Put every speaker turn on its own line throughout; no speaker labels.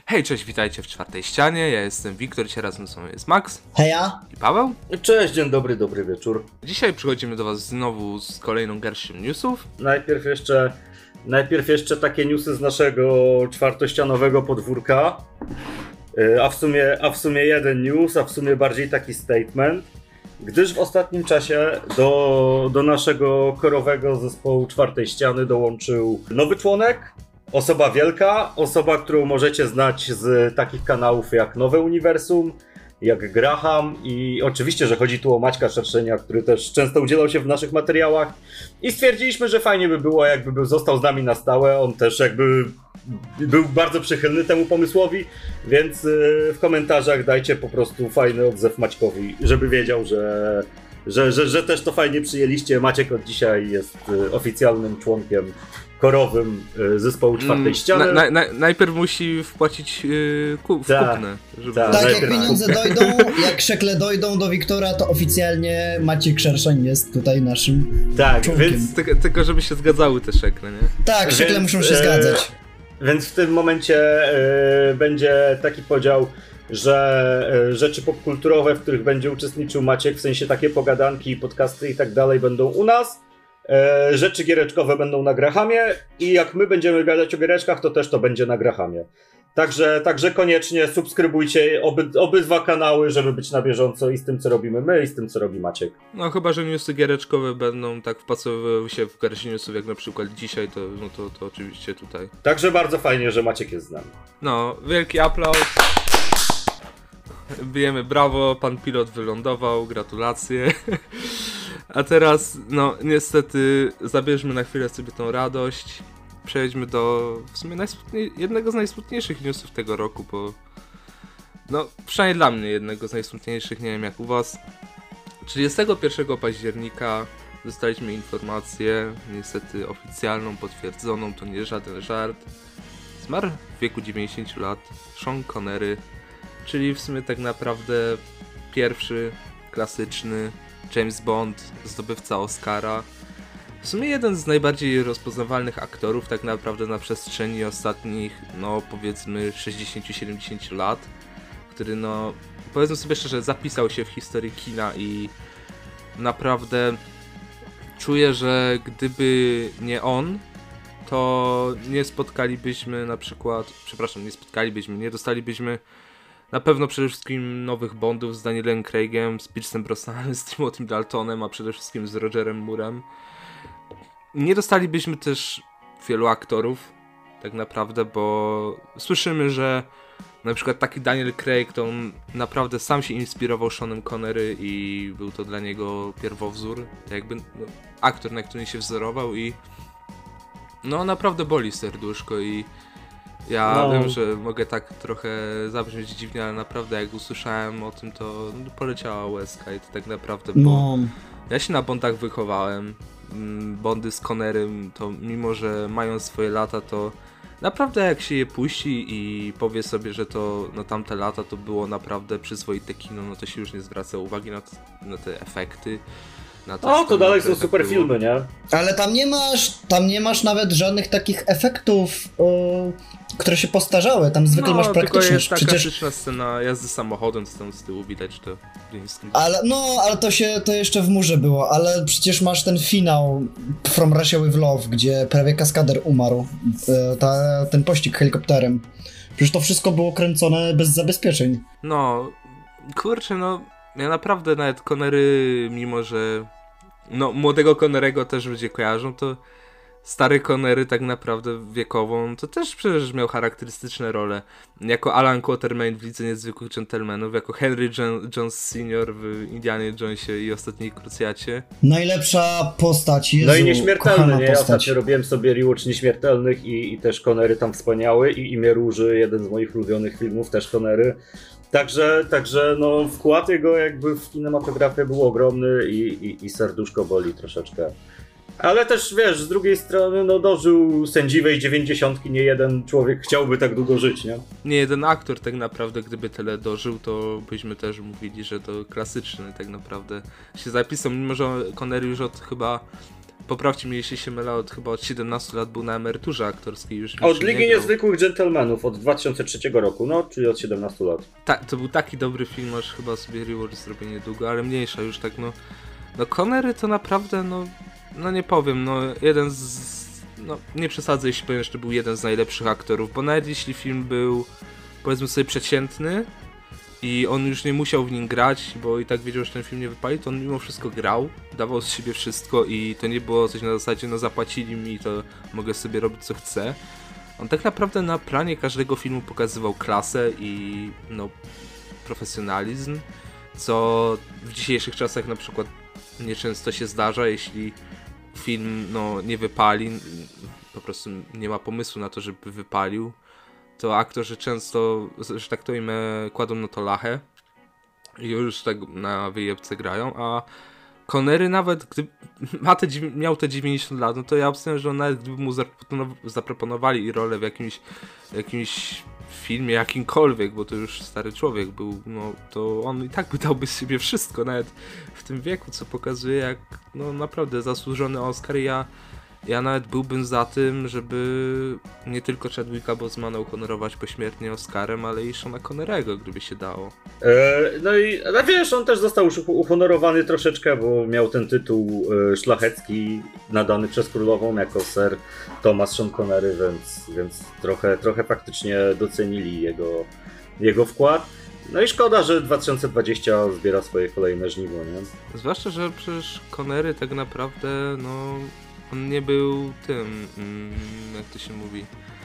Hej, cześć, witajcie w czwartej ścianie, ja jestem Wiktor, dzisiaj razem ze mną jest Max.
Heja!
I Paweł.
Cześć, dzień dobry, dobry wieczór.
Dzisiaj przychodzimy do was znowu z kolejną garścią newsów.
Najpierw jeszcze takie newsy z naszego czwartościanowego podwórka. A w sumie jeden news, a w sumie bardziej taki statement. Gdyż w ostatnim czasie do naszego korowego zespołu czwartej ściany dołączył nowy członek. Osoba wielka, osoba, którą możecie znać z takich kanałów jak Nowe Uniwersum, jak Graham i oczywiście, że chodzi tu o Maćka Szerszenia, który też często udzielał się w naszych materiałach i stwierdziliśmy, że fajnie by było, jakby został z nami na stałe. On też jakby był bardzo przychylny temu pomysłowi, więc w komentarzach dajcie po prostu fajny odzew Maćkowi, żeby wiedział, że też to fajnie przyjęliście. Maciek od dzisiaj jest oficjalnym członkiem korowym zespołu czwartej ściany.
Najpierw musi wpłacić kupnę.
Tak, jak pieniądze dojdą, jak szekle dojdą do Wiktora, to oficjalnie Maciek Szerszeń jest tutaj naszym członkiem.
Więc tylko żeby się zgadzały te szekle, nie?
Tak, szekle muszą się zgadzać.
Więc w tym momencie będzie taki podział, że rzeczy popkulturowe, w których będzie uczestniczył Maciek, w sensie takie pogadanki, podcasty i tak dalej, będą u nas. Rzeczy giereczkowe będą na Grahamie i jak my będziemy gadać o giereczkach, to też to będzie na Grahamie. Także koniecznie subskrybujcie obydwa kanały, żeby być na bieżąco i z tym, co robimy my, i z tym, co robi Maciek.
No chyba, że newsy giereczkowe będą tak wpasowywały się w garści newsów, jak na przykład dzisiaj, to oczywiście tutaj.
Także bardzo fajnie, że Maciek jest z nami.
No, wielki aplauz. Bijemy brawo, pan pilot wylądował, gratulacje. A teraz, no niestety, zabierzmy na chwilę sobie tą radość. Przejdźmy do w sumie jednego z najsmutniejszych newsów tego roku, bo no, przynajmniej dla mnie jednego z najsmutniejszych, nie wiem jak u was. 31 października dostaliśmy informację, niestety oficjalną, potwierdzoną, to nie żaden żart. Zmarł w wieku 90 lat Sean Connery, czyli w sumie tak naprawdę pierwszy, klasyczny James Bond, zdobywca Oscara. W sumie jeden z najbardziej rozpoznawalnych aktorów tak naprawdę na przestrzeni ostatnich, no powiedzmy 60-70 lat, który no, powiedzmy sobie szczerze, zapisał się w historii kina i naprawdę czuję, że gdyby nie on, to nie dostalibyśmy na pewno przede wszystkim nowych Bondów z Danielem Craigiem, z Pierce'em Brosnanem, z Timothym Daltonem, a przede wszystkim z Rogerem Moorem. Nie dostalibyśmy też wielu aktorów, tak naprawdę, bo słyszymy, że na przykład taki Daniel Craig to on naprawdę sam się inspirował Seanem Connery i był to dla niego pierwowzór, jakby aktor, na którym się wzorował i no naprawdę boli serduszko i ja wiem, że mogę tak trochę zabrzmieć dziwnie, ale naprawdę jak usłyszałem o tym, to poleciała łezka i to tak naprawdę, bo ja się na Bondach wychowałem. Bondy z Connerym, to mimo, że mają swoje lata, to naprawdę jak się je puści i powie sobie, że to na tamte lata to było naprawdę przyzwoite kino, no to się już nie zwraca uwagi na te efekty.
To dalej są super filmy, nie?
Ale tam nie masz nawet żadnych takich efektów, które się postarzały. Tam zwykle masz praktyczność.
Tylko jest taka klasyczna scena jazdy samochodem, co tam z tyłu widać, to
ale to jeszcze w murze było, ale przecież masz ten finał From Russia With Love, gdzie prawie kaskader umarł. Ten pościg helikopterem. Przecież to wszystko było kręcone bez zabezpieczeń.
No, kurczę, no ja naprawdę nawet Connery, mimo że no młodego Connerego też ludzie kojarzą, to stary Connery tak naprawdę wiekową, to też przecież miał charakterystyczne role. Jako Alan Quatermain w Lidze Niezwykłych Gentlemanów, jako Henry Jones Sr. w Indianie Jonesie i Ostatniej Krucjacie.
Najlepsza postać, Jezu,
no i Nieśmiertelny, nie? Ja
postać.
ostatnio robiłem sobie rewatch Nieśmiertelnych i też Connery tam wspaniały i Imię Róży, jeden z moich ulubionych filmów, też Connery. Także no wkład jego jakby w kinematografię był ogromny i serduszko boli troszeczkę. Ale też wiesz, z drugiej strony no dożył sędziwej 90, nie jeden człowiek chciałby tak długo żyć, nie?
Nie jeden aktor tak naprawdę, gdyby tyle dożył, to byśmy też mówili, że to klasyczny tak naprawdę się zapisał, mimo że Connery już od chyba poprawcie mnie jeśli się mylę, chyba od 17 lat był na emeryturze aktorskiej już.
Od Ligi Niezwykłych Dżentelmenów od 2003 roku, no, czyli od 17 lat.
Tak, to był taki dobry film, aż chyba sobie rewatch zrobię niedługo, ale mniejsza już tak, no. No Connery to naprawdę, no nie powiem, no jeden no nie przesadzę, jeśli powiem, że to był jeden z najlepszych aktorów, bo nawet jeśli film był, powiedzmy sobie, przeciętny i on już nie musiał w nim grać, bo i tak wiedział, że ten film nie wypali, to on mimo wszystko grał, dawał z siebie wszystko i to nie było coś na zasadzie, no zapłacili mi, to mogę sobie robić co chcę. On tak naprawdę na planie każdego filmu pokazywał klasę i no profesjonalizm, co w dzisiejszych czasach na przykład nieczęsto się zdarza, jeśli film no nie wypali, po prostu nie ma pomysłu na to, żeby wypalił, to aktorzy często, że tak to im kładą na to lachę i już tak na wyjebce grają, a Connery nawet gdy miał te 90 lat, no to ja obstawiam, że on nawet gdyby mu zaproponowali rolę w jakimś filmie, jakimkolwiek, bo to już stary człowiek był, no to on i tak by dałby z siebie wszystko, nawet w tym wieku, co pokazuje, jak no naprawdę zasłużony Oscar. Ja nawet byłbym za tym, żeby nie tylko Chadwicka Bosemana uhonorować pośmiertnie Oscarem, ale i Seana Connerego, gdyby się dało.
No i no wiesz, on też został już uhonorowany troszeczkę, bo miał ten tytuł szlachecki nadany przez królową jako Sir Thomas Sean Connery, więc trochę faktycznie docenili jego wkład. No i szkoda, że 2020 zbiera swoje kolejne żniwo, nie?
Zwłaszcza, że przecież Connery tak naprawdę, no on nie był tym, jak to się mówi,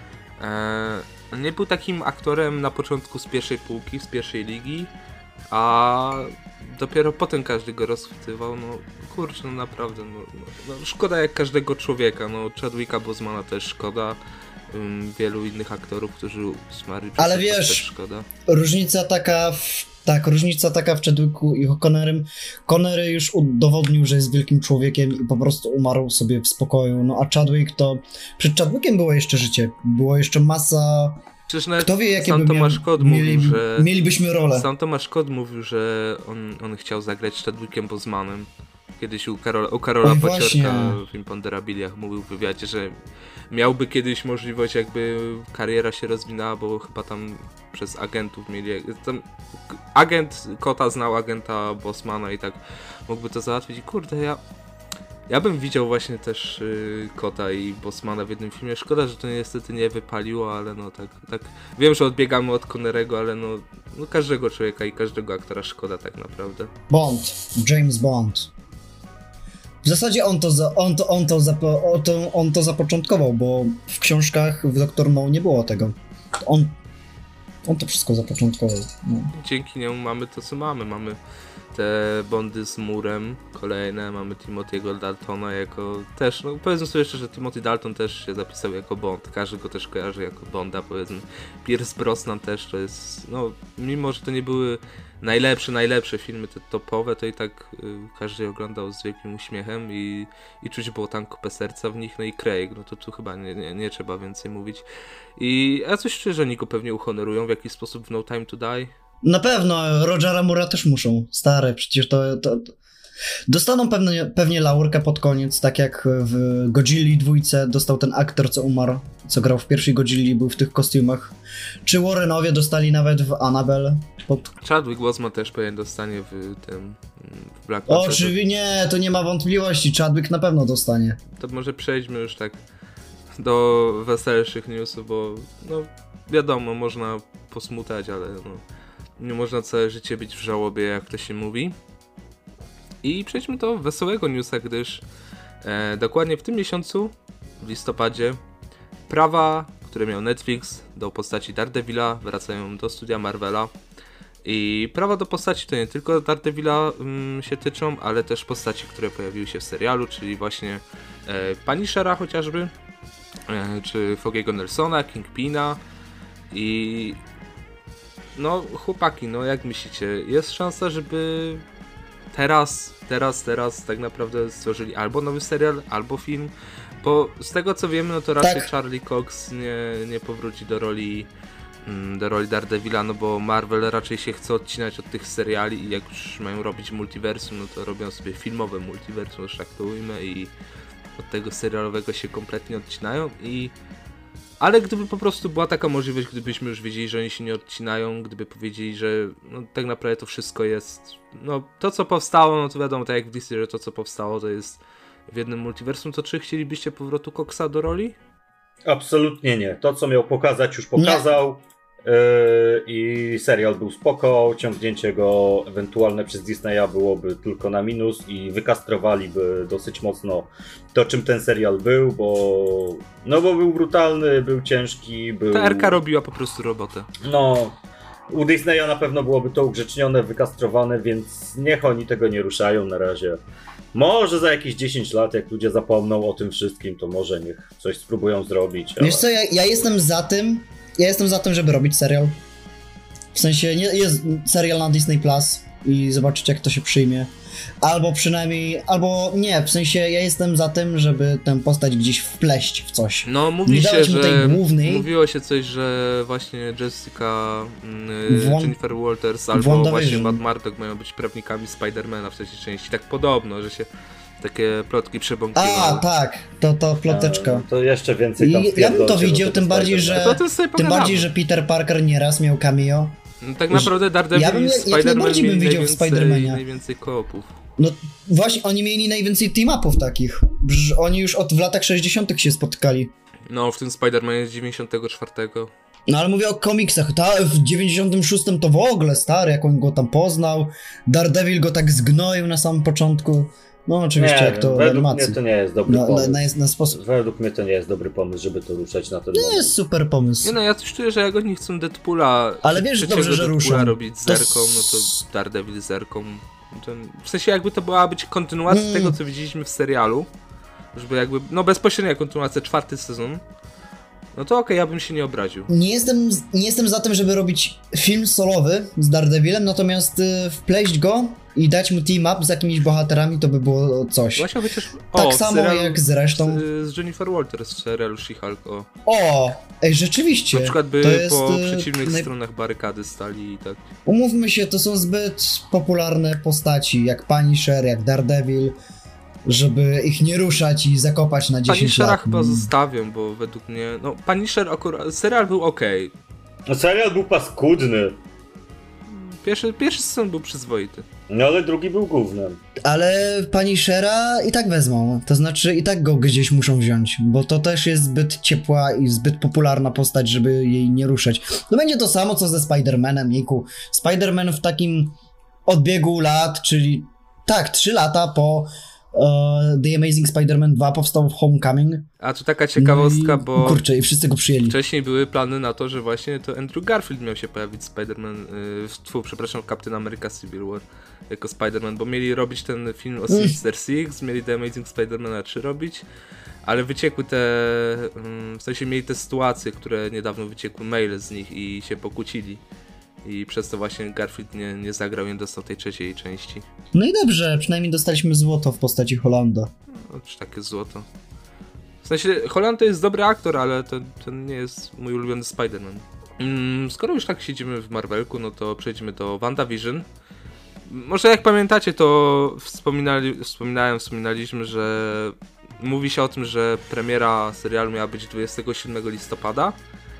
on nie był takim aktorem na początku z pierwszej półki, z pierwszej ligi, a dopiero potem każdy go rozchwytywał, no kurczę, no naprawdę, no szkoda jak każdego człowieka, no Chadwicka Bosemana też szkoda, wielu innych aktorów, którzy zmarli przez
ale
to
wiesz,
też szkoda.
Różnica taka w Chadwicku i Connerym. Connery już udowodnił, że jest wielkim człowiekiem i po prostu umarł sobie w spokoju. No a Chadwick to... Przed Chadwickiem było jeszcze życie. Było jeszcze masa...
Przecież nawet
kto wie, jakie
sam Tomasz Kot mówił, że...
Mielibyśmy rolę.
Sam Tomasz Kot mówił, że on chciał zagrać z Chadwickiem Bosemanem. Kiedyś u Karola Pociorka w Imponderabiliach mówił w wywiadzie, że miałby kiedyś możliwość, jakby kariera się rozwinęła, bo chyba tam przez agentów mieli... Tam agent Kota znał agenta Bosemana i tak mógłby to załatwić. I kurde, ja bym widział właśnie też Kota i Bosemana w jednym filmie. Szkoda, że to niestety nie wypaliło, ale no tak wiem, że odbiegamy od Connerego, ale no każdego człowieka i każdego aktora szkoda tak naprawdę.
Bond. James Bond. W zasadzie on to zapoczątkował, bo w książkach w Dr. No nie było tego. On to wszystko zapoczątkował. No.
Dzięki niemu mamy to, co mamy. Mamy te Bondy z murem kolejne, mamy Timothy'ego Daltona jako też, no powiedzmy sobie jeszcze, że Timothy Dalton też się zapisał jako Bond, każdy go też kojarzy jako Bonda, powiedzmy. Pierce Brosnan też to jest, no mimo, że to nie były najlepsze filmy, te topowe, to i tak każdy oglądał z wielkim uśmiechem i czuć było tam kupę serca w nich, no i Craig, no to tu chyba nie trzeba więcej mówić. A coś czuję, że oni go pewnie uhonorują w jakiś sposób w No Time to Die.
Na pewno, Rogera Moore'a też muszą. Stare, przecież to... Dostaną pewnie laurkę pod koniec, tak jak w Godzilli 2 dostał ten aktor, co umarł, co grał w pierwszej Godzilli, był w tych kostiumach. Czy Warrenowie dostali nawet w Annabelle?
Chadwick Boseman też pewnie dostanie w Black Panther.
Oczywiście, nie, to nie ma wątpliwości, Chadwick na pewno dostanie.
To może przejdźmy już tak do weselszych newsów, bo no wiadomo, można posmutać, ale no, nie można całe życie być w żałobie, jak to się mówi. I przejdźmy do wesołego newsa, gdyż dokładnie w tym miesiącu, w listopadzie, prawa, które miał Netflix do postaci Daredevila, wracają do studia Marvela. I prawa do postaci to nie tylko Daredevila się tyczą, ale też postaci, które pojawiły się w serialu, czyli właśnie Punishera chociażby, czy Foggiego Nelsona, Kingpina i... No chłopaki, no jak myślicie, jest szansa, żeby teraz tak naprawdę stworzyli albo nowy serial, albo film, bo z tego co wiemy, no to raczej tak. Charlie Cox nie powróci do roli Daredevila, no bo Marvel raczej się chce odcinać od tych seriali i jak już mają robić multiversum, no to robią sobie filmowe multiversum, już tak to ujmę od tego serialowego się kompletnie odcinają ale gdyby po prostu była taka możliwość, gdybyśmy już wiedzieli, że oni się nie odcinają, gdyby powiedzieli, że no, tak naprawdę to wszystko jest, no to co powstało, no to wiadomo, tak jak w DC, że to co powstało to jest w jednym multiversum, to czy chcielibyście powrotu Coxa do roli?
Absolutnie nie. To co miał pokazać już pokazał i serial był spoko, ciągnięcie go ewentualne przez Disneya byłoby tylko na minus i wykastrowaliby dosyć mocno to, czym ten serial był, bo był brutalny, był ciężki, był...
Ta RK robiła po prostu robotę.
No, u Disneya na pewno byłoby to ugrzecznione, wykastrowane, więc niech oni tego nie ruszają na razie. Może za jakieś 10 lat, jak ludzie zapomną o tym wszystkim, to może niech coś spróbują zrobić. Ale...
Wiesz co, ja jestem za tym, żeby robić serial. W sensie, jest serial na Disney Plus i zobaczyć, jak to się przyjmie. Albo nie, w sensie ja jestem za tym, żeby tę postać gdzieś wpleść w coś.
No mówi się, że mówiło się coś, że właśnie Jessica, Jennifer Walters albo właśnie Matt Murdock mają być prawnikami Spidermana w trzeciej części. Tak podobno, że się takie plotki przebąkiwały.
A, tak, to ploteczka.
To jeszcze więcej tam
ja bym to widział, tym bardziej, że Peter Parker nieraz miał cameo.
No, tak naprawdę Daredevil i Spider-Man mieli najwięcej koopów.
No właśnie, oni mieli najwięcej team-upów takich. Oni już w latach 60 się spotkali.
No, w tym Spider-Manie z 94.
No ale mówię o komiksach, w 96 to w ogóle stary, jak on go tam poznał. Daredevil go tak zgnoił na samym początku. No oczywiście,
nie,
jak to
według
animacji.
mnie to nie jest dobry pomysł.
Na sposób.
Według mnie to nie jest dobry pomysł, żeby to ruszać na ten moment.
To jest super pomysł.
Nie no, ja coś czuję, że jak oni chcą Deadpoola...
Ale wiesz dobrze, że ruszą.
robić z Zerką, no to Daredevil z Zerką. W sensie jakby to była być kontynuacja tego, co widzieliśmy w serialu. Żeby jakby, no bezpośrednia kontynuacja, 4. sezon. No to okej, ja bym się nie obraził.
Nie jestem za tym, żeby robić film solowy z Daredevilem, natomiast wpleść go i dać mu team-up z jakimiś bohaterami, to by było coś.
Właśnie chociaż...
Tak samo jak zresztą...
Z Jennifer Walters w serialu She-Hulk,
Ej, rzeczywiście.
Na przykład by
to jest,
po przeciwnych stronach barykady stali i tak.
Umówmy się, to są zbyt popularne postaci, jak Punisher, jak Daredevil, żeby ich nie ruszać i zakopać na 10
Punishera
lat.
chyba zostawię, bo według mnie... No, Punisher akurat... Serial był okej.
No serial był paskudny.
Pierwszy sezon był przyzwoity.
No ale drugi był gównem.
Ale Punishera i tak wezmą, to znaczy i tak go gdzieś muszą wziąć, bo to też jest zbyt ciepła i zbyt popularna postać, żeby jej nie ruszać. No będzie to samo co ze Spider-Manem, jejku. Spider-Man w takim odbiegu lat, czyli tak, 3 lata po The Amazing Spider-Man 2 powstał w Homecoming.
A tu taka ciekawostka, bo...
Kurczę, i wszyscy go przyjęli.
Wcześniej były plany na to, że właśnie to Andrew Garfield miał się pojawić Spider-Man, Captain America Civil War jako Spider-Man, bo mieli robić ten film o Sinister Six, mieli The Amazing Spider-Man 3 robić, ale wyciekły w sensie mieli te sytuacje, które niedawno wyciekły maile z nich i się pokłócili. I przez to właśnie Garfield nie zagrał, nie dostał tej trzeciej części.
No i dobrze, przynajmniej dostaliśmy złoto w postaci Hollanda.
No, czy takie złoto. W sensie, Holland to jest dobry aktor, ale to nie jest mój ulubiony Spider-Man. Skoro już tak siedzimy w Marvelku, no to przejdźmy do WandaVision. Może jak pamiętacie, to wspominaliśmy, że mówi się o tym, że premiera serialu miała być 27 listopada.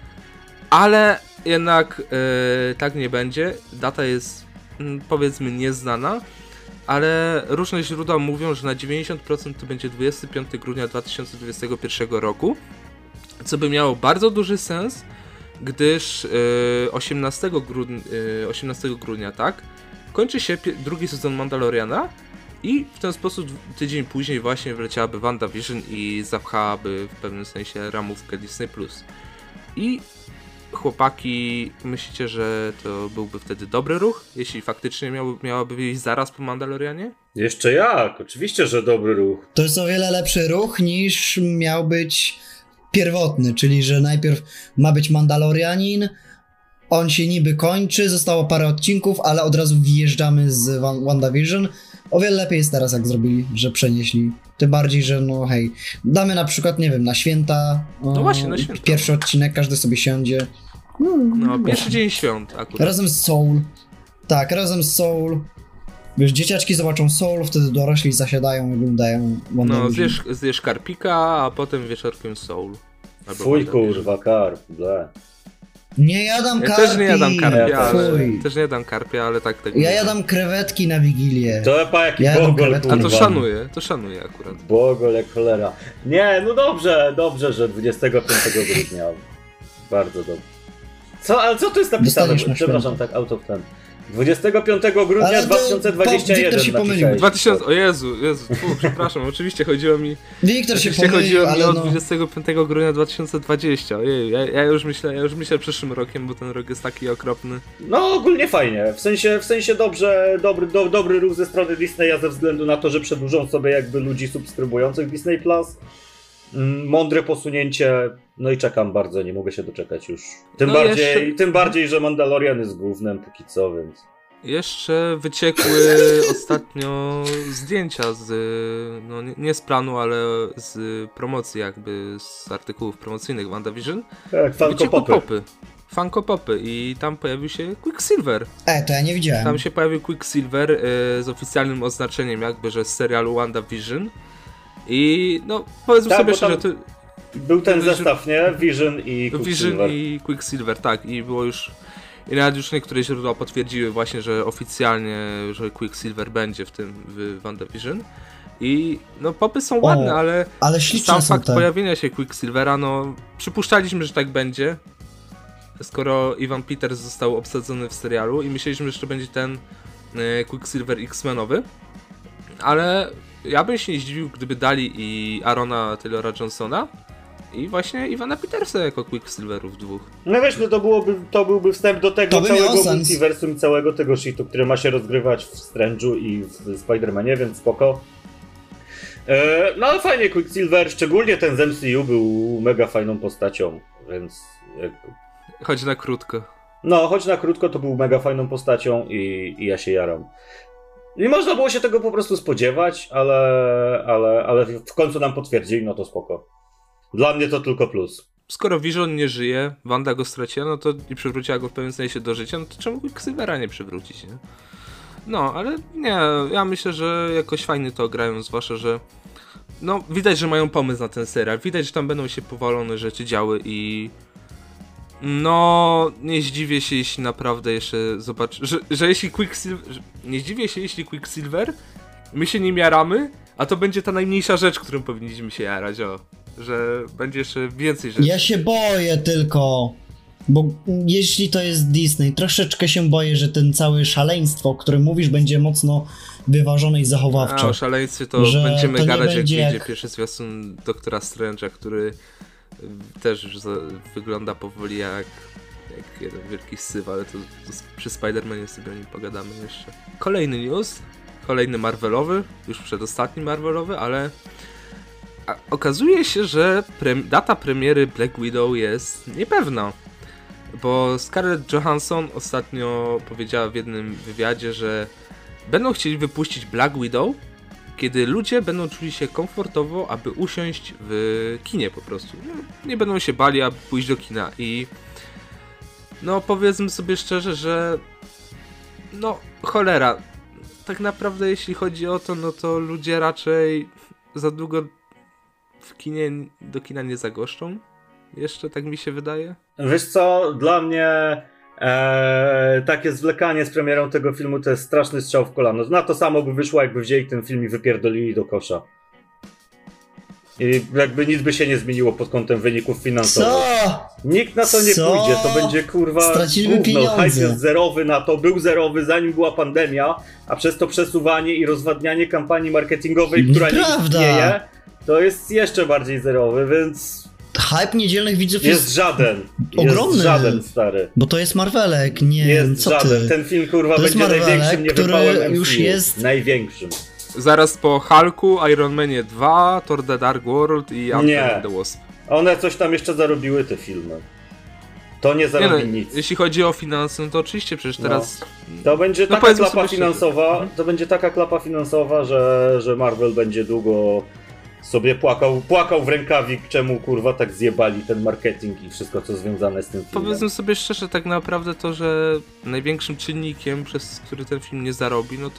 Ale jednak tak nie będzie. Data jest powiedzmy nieznana, ale różne źródła mówią, że na 90% to będzie 25 grudnia 2021 roku, co by miało bardzo duży sens, gdyż 18 grudnia, tak, kończy się drugi sezon Mandaloriana i w ten sposób tydzień później właśnie wleciałaby WandaVision i zapchałaby w pewnym sensie ramówkę Disney+. I chłopaki, myślicie, że to byłby wtedy dobry ruch, jeśli faktycznie miałaby wyjść zaraz po Mandalorianie?
Jeszcze jak, oczywiście, że dobry ruch.
To jest o wiele lepszy ruch niż miał być pierwotny, czyli że najpierw ma być Mandalorianin, on się niby kończy, zostało parę odcinków, ale od razu wjeżdżamy z WandaVision. O wiele lepiej jest teraz, jak zrobili, że przenieśli. Tym bardziej, że no hej, damy na przykład, nie wiem, na święta.
No właśnie, na święta.
Pierwszy odcinek, każdy sobie siądzie.
No, pierwszy dzień świąt akurat.
Razem z Soul. Tak, razem z Soul. Wiesz, dzieciaczki zobaczą Soul, wtedy dorośli zasiadają i oglądają WandaVision.
No, zjesz karpika, a potem wieczorkiem Soul. Albo
Fuj
WandaVision.
kurwa, karp, ble.
Nie jadam
Ja
karpi!
też nie jadam karpia, ale,
Fuj.
tak.
Ja jadam krewetki na Wigilię.
To pa jaki
Ja
bogol,
krewetki.
kurwa.
A to szanuję akurat.
Bogol jak cholera. Nie, no dobrze, że 25 grudnia. Bardzo dobrze. Ale co tu jest napisane?
Dostaniesz na
Przepraszam,
święta.
tak out of ten. 25 grudnia
Ale to-
2021
Wiktor się pomylił.
napisałeś.
2000, o Jezu, przepraszam, oczywiście chodziło mi...
Wiktor się
Oczywiście
pomylił,
chodziło mi
ale
o
no...
25 grudnia 2020. Ojej, ja już myślę przyszłym rokiem, bo ten rok jest taki okropny.
No ogólnie fajnie, w sensie dobry ruch ze strony Disneya ze względu na to, że przedłużą sobie jakby ludzi subskrybujących Disney Plus. Mądre posunięcie, no i czekam bardzo, nie mogę się doczekać już. Tym bardziej, że Mandalorian jest głównym póki co, więc...
Jeszcze wyciekły ostatnio zdjęcia z, no nie z planu, ale z promocji jakby, z artykułów promocyjnych WandaVision.
Tak,
Funko Popy i tam pojawił się Quicksilver.
to ja nie widziałem.
Tam się pojawił Quicksilver z oficjalnym oznaczeniem jakby, że z serialu WandaVision. I no powiedzmy
Tak,
sobie
bo tam
szczerze,
był ten zestaw, nie? Vision i Quicksilver.
i Quicksilver, tak. I było już... I nawet już niektóre źródła potwierdziły właśnie, że oficjalnie, że Quicksilver będzie w WandaVision. I no popy są ładne,
ale śliczne
sam
są
fakt
te.
pojawienia się Quicksilvera, no przypuszczaliśmy, że tak będzie. Skoro Ivan Peters został obsadzony w serialu i myśleliśmy, że to będzie ten Quicksilver X-Menowy. Ale ja bym się nie zdziwił, gdyby dali i Aarona Taylora Johnsona i właśnie Ivana Petersa jako Quicksilverów dwóch.
No wiesz, no to byłby wstęp do tego
To by miało
całego
sens.
multiversum i całego tego shitu, który ma się rozgrywać w Strange'u i w Spider-Manie, więc spoko. No ale fajnie, Quicksilver, szczególnie ten z MCU był mega fajną postacią, więc...
Chodź na krótko.
No, choć na krótko to był mega fajną postacią i ja się jaram. Nie można było się tego po prostu spodziewać, ale w końcu nam potwierdzili, no to spoko. Dla mnie to tylko plus.
Skoro Vision nie żyje, Wanda go straciła, no to i przywróciła go w pewnym sensie do życia, no to czemu Quicksilvera nie przywrócić, nie? No, ale nie, ja myślę, że jakoś fajnie to grają, zwłaszcza, że no, widać, że mają pomysł na ten serial, widać, że tam będą się powalone rzeczy działy i no, nie zdziwię się, jeśli naprawdę jeszcze zobaczę, że jeśli nie zdziwię się, jeśli Quicksilver, my się nim jaramy, a to będzie ta najmniejsza rzecz, którą powinniśmy się jarać, że będzie jeszcze więcej rzeczy.
Ja się boję tylko, bo jeśli to jest Disney, troszeczkę się boję, że ten całe szaleństwo, o którym mówisz, będzie mocno wyważone i zachowawcze.
A o szaleństwie to
Że
będziemy
to nie
gadać, jak
będzie
wyjdzie
jak-
pierwszy zwiastun Doktora Strange'a, który też już wygląda powoli jak jeden wielki syf, ale to przy Spider-Manie sobie o nim pogadamy jeszcze. Kolejny news, kolejny Marvelowy, już przedostatni Marvelowy, ale okazuje się, że data premiery Black Widow jest niepewna, bo Scarlett Johansson ostatnio powiedziała w jednym wywiadzie, że będą chcieli wypuścić Black Widow, kiedy ludzie będą czuli się komfortowo, aby usiąść w kinie po prostu. Nie będą się bali, aby pójść do kina i no powiedzmy sobie szczerze, że no cholera, tak naprawdę jeśli chodzi o to, no to ludzie raczej za długo do kina nie zagoszczą. Jeszcze tak mi się wydaje.
Wiesz co, dla mnie takie zwlekanie z premierą tego filmu to jest straszny strzał w kolano. Na to samo by wyszło, jakby wzięli ten film i wypierdolili do kosza. I jakby nic by się nie zmieniło pod kątem wyników finansowych.
Co?
Nikt na to nie
Co?
pójdzie, to będzie kurwa
Straciliby
gówno.
pieniądze.
Hype jest zerowy na to, był zerowy zanim była pandemia, a przez to przesuwanie i rozwadnianie kampanii marketingowej, która nie
Nieprawda.
istnieje, to jest jeszcze bardziej zerowy, więc
Hype niedzielnych widzów
jest
jest...
żaden.
ogromny.
Jest żaden, stary.
Bo to jest Marvelek, nie
Jest
co
żaden.
ty.
Ten film kurwa
To jest
będzie
Marvelek,
największym
który
niewypałem MCU.
już jest-
Największym.
Zaraz po Hulku, Iron Manie 2, Thor The Dark World i Ant-Man
Nie.
and the Wasp.
One coś tam jeszcze zarobiły, te filmy. To nie
Nie
zarobi
no,
nic.
jeśli chodzi o finanse, no to oczywiście przecież teraz...
To będzie
No
taka
powiedzmy
klapa
sobie
finansowa, to będzie taka klapa finansowa, że Marvel będzie długo sobie płakał w rękawik, czemu kurwa tak zjebali ten marketing i wszystko co związane z tym filmem.
Powiedzmy sobie szczerze, tak naprawdę to, że największym czynnikiem, przez który ten film nie zarobi, no to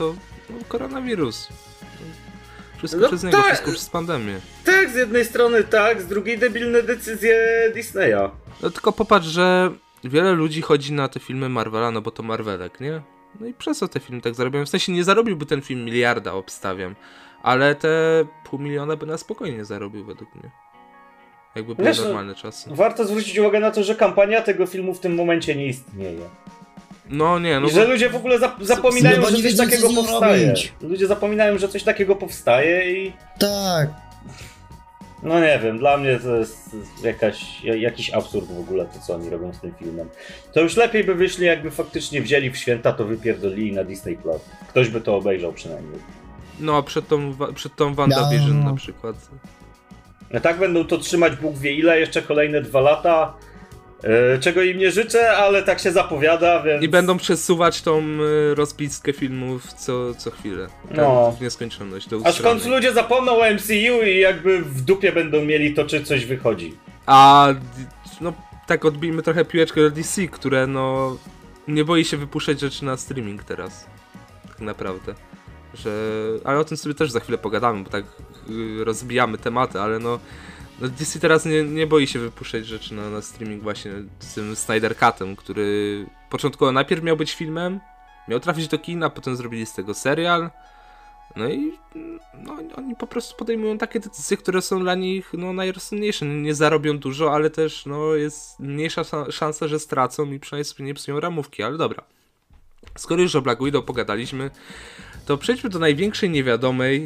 No, koronawirus. Wszystko
No
przez niego,
tak.
wszystko przez pandemię.
Tak, z jednej strony tak, z drugiej debilne decyzje Disneya.
No tylko popatrz, że wiele ludzi chodzi na te filmy Marvela, no bo to Marvelek, nie? No i przez co te filmy tak zarabiają? W sensie nie zarobiłby ten film miliarda, obstawiam. Ale te $500 000 by na spokojnie zarobił według mnie. Jakby były
Wiesz,
normalne czasy.
Warto zwrócić uwagę na to, że kampania tego filmu w tym momencie nie istnieje.
No nie, no
I że ludzie w ogóle zapominają,
No bo
że
nie
coś
wiedzą, co
takiego
z nim
powstaje.
robić.
Ludzie zapominają, że coś takiego powstaje i...
Tak.
No nie wiem, dla mnie to jest jakiś absurd w ogóle to, co oni robią z tym filmem. To już lepiej by wyszli, jakby faktycznie wzięli w święta, to wypierdolili na Disney+. Ktoś by to obejrzał przynajmniej.
No a przed tą WandaVision
No.
na przykład.
No tak będą to trzymać Bóg wie ile, jeszcze kolejne 2 lata. Czego im nie życzę, ale tak się zapowiada, więc...
I będą przesuwać tą rozpiskę filmów co chwilę.
No.
W nieskończoność. Do
Aż w końcu
ustranej.
ludzie zapomną o MCU i jakby w dupie będą mieli to, czy coś wychodzi.
A no tak odbijmy trochę piłeczkę do DC, które no nie boi się wypuszczać rzeczy na streaming teraz. Tak naprawdę. Ale o tym sobie też za chwilę pogadamy, bo tak rozbijamy tematy, ale no DC teraz nie boi się wypuszczać rzeczy na streaming właśnie z tym Snyder Cutem, który początkowo najpierw miał być filmem, miał trafić do kina, potem zrobili z tego serial. No i no, oni po prostu podejmują takie decyzje, które są dla nich no, najrozsądniejsze. Nie zarobią dużo, ale też no, jest mniejsza szansa, że stracą i przynajmniej sobie nie psują ramówki, ale dobra. Skoro już o Black Widow pogadaliśmy, to przejdźmy do największej niewiadomej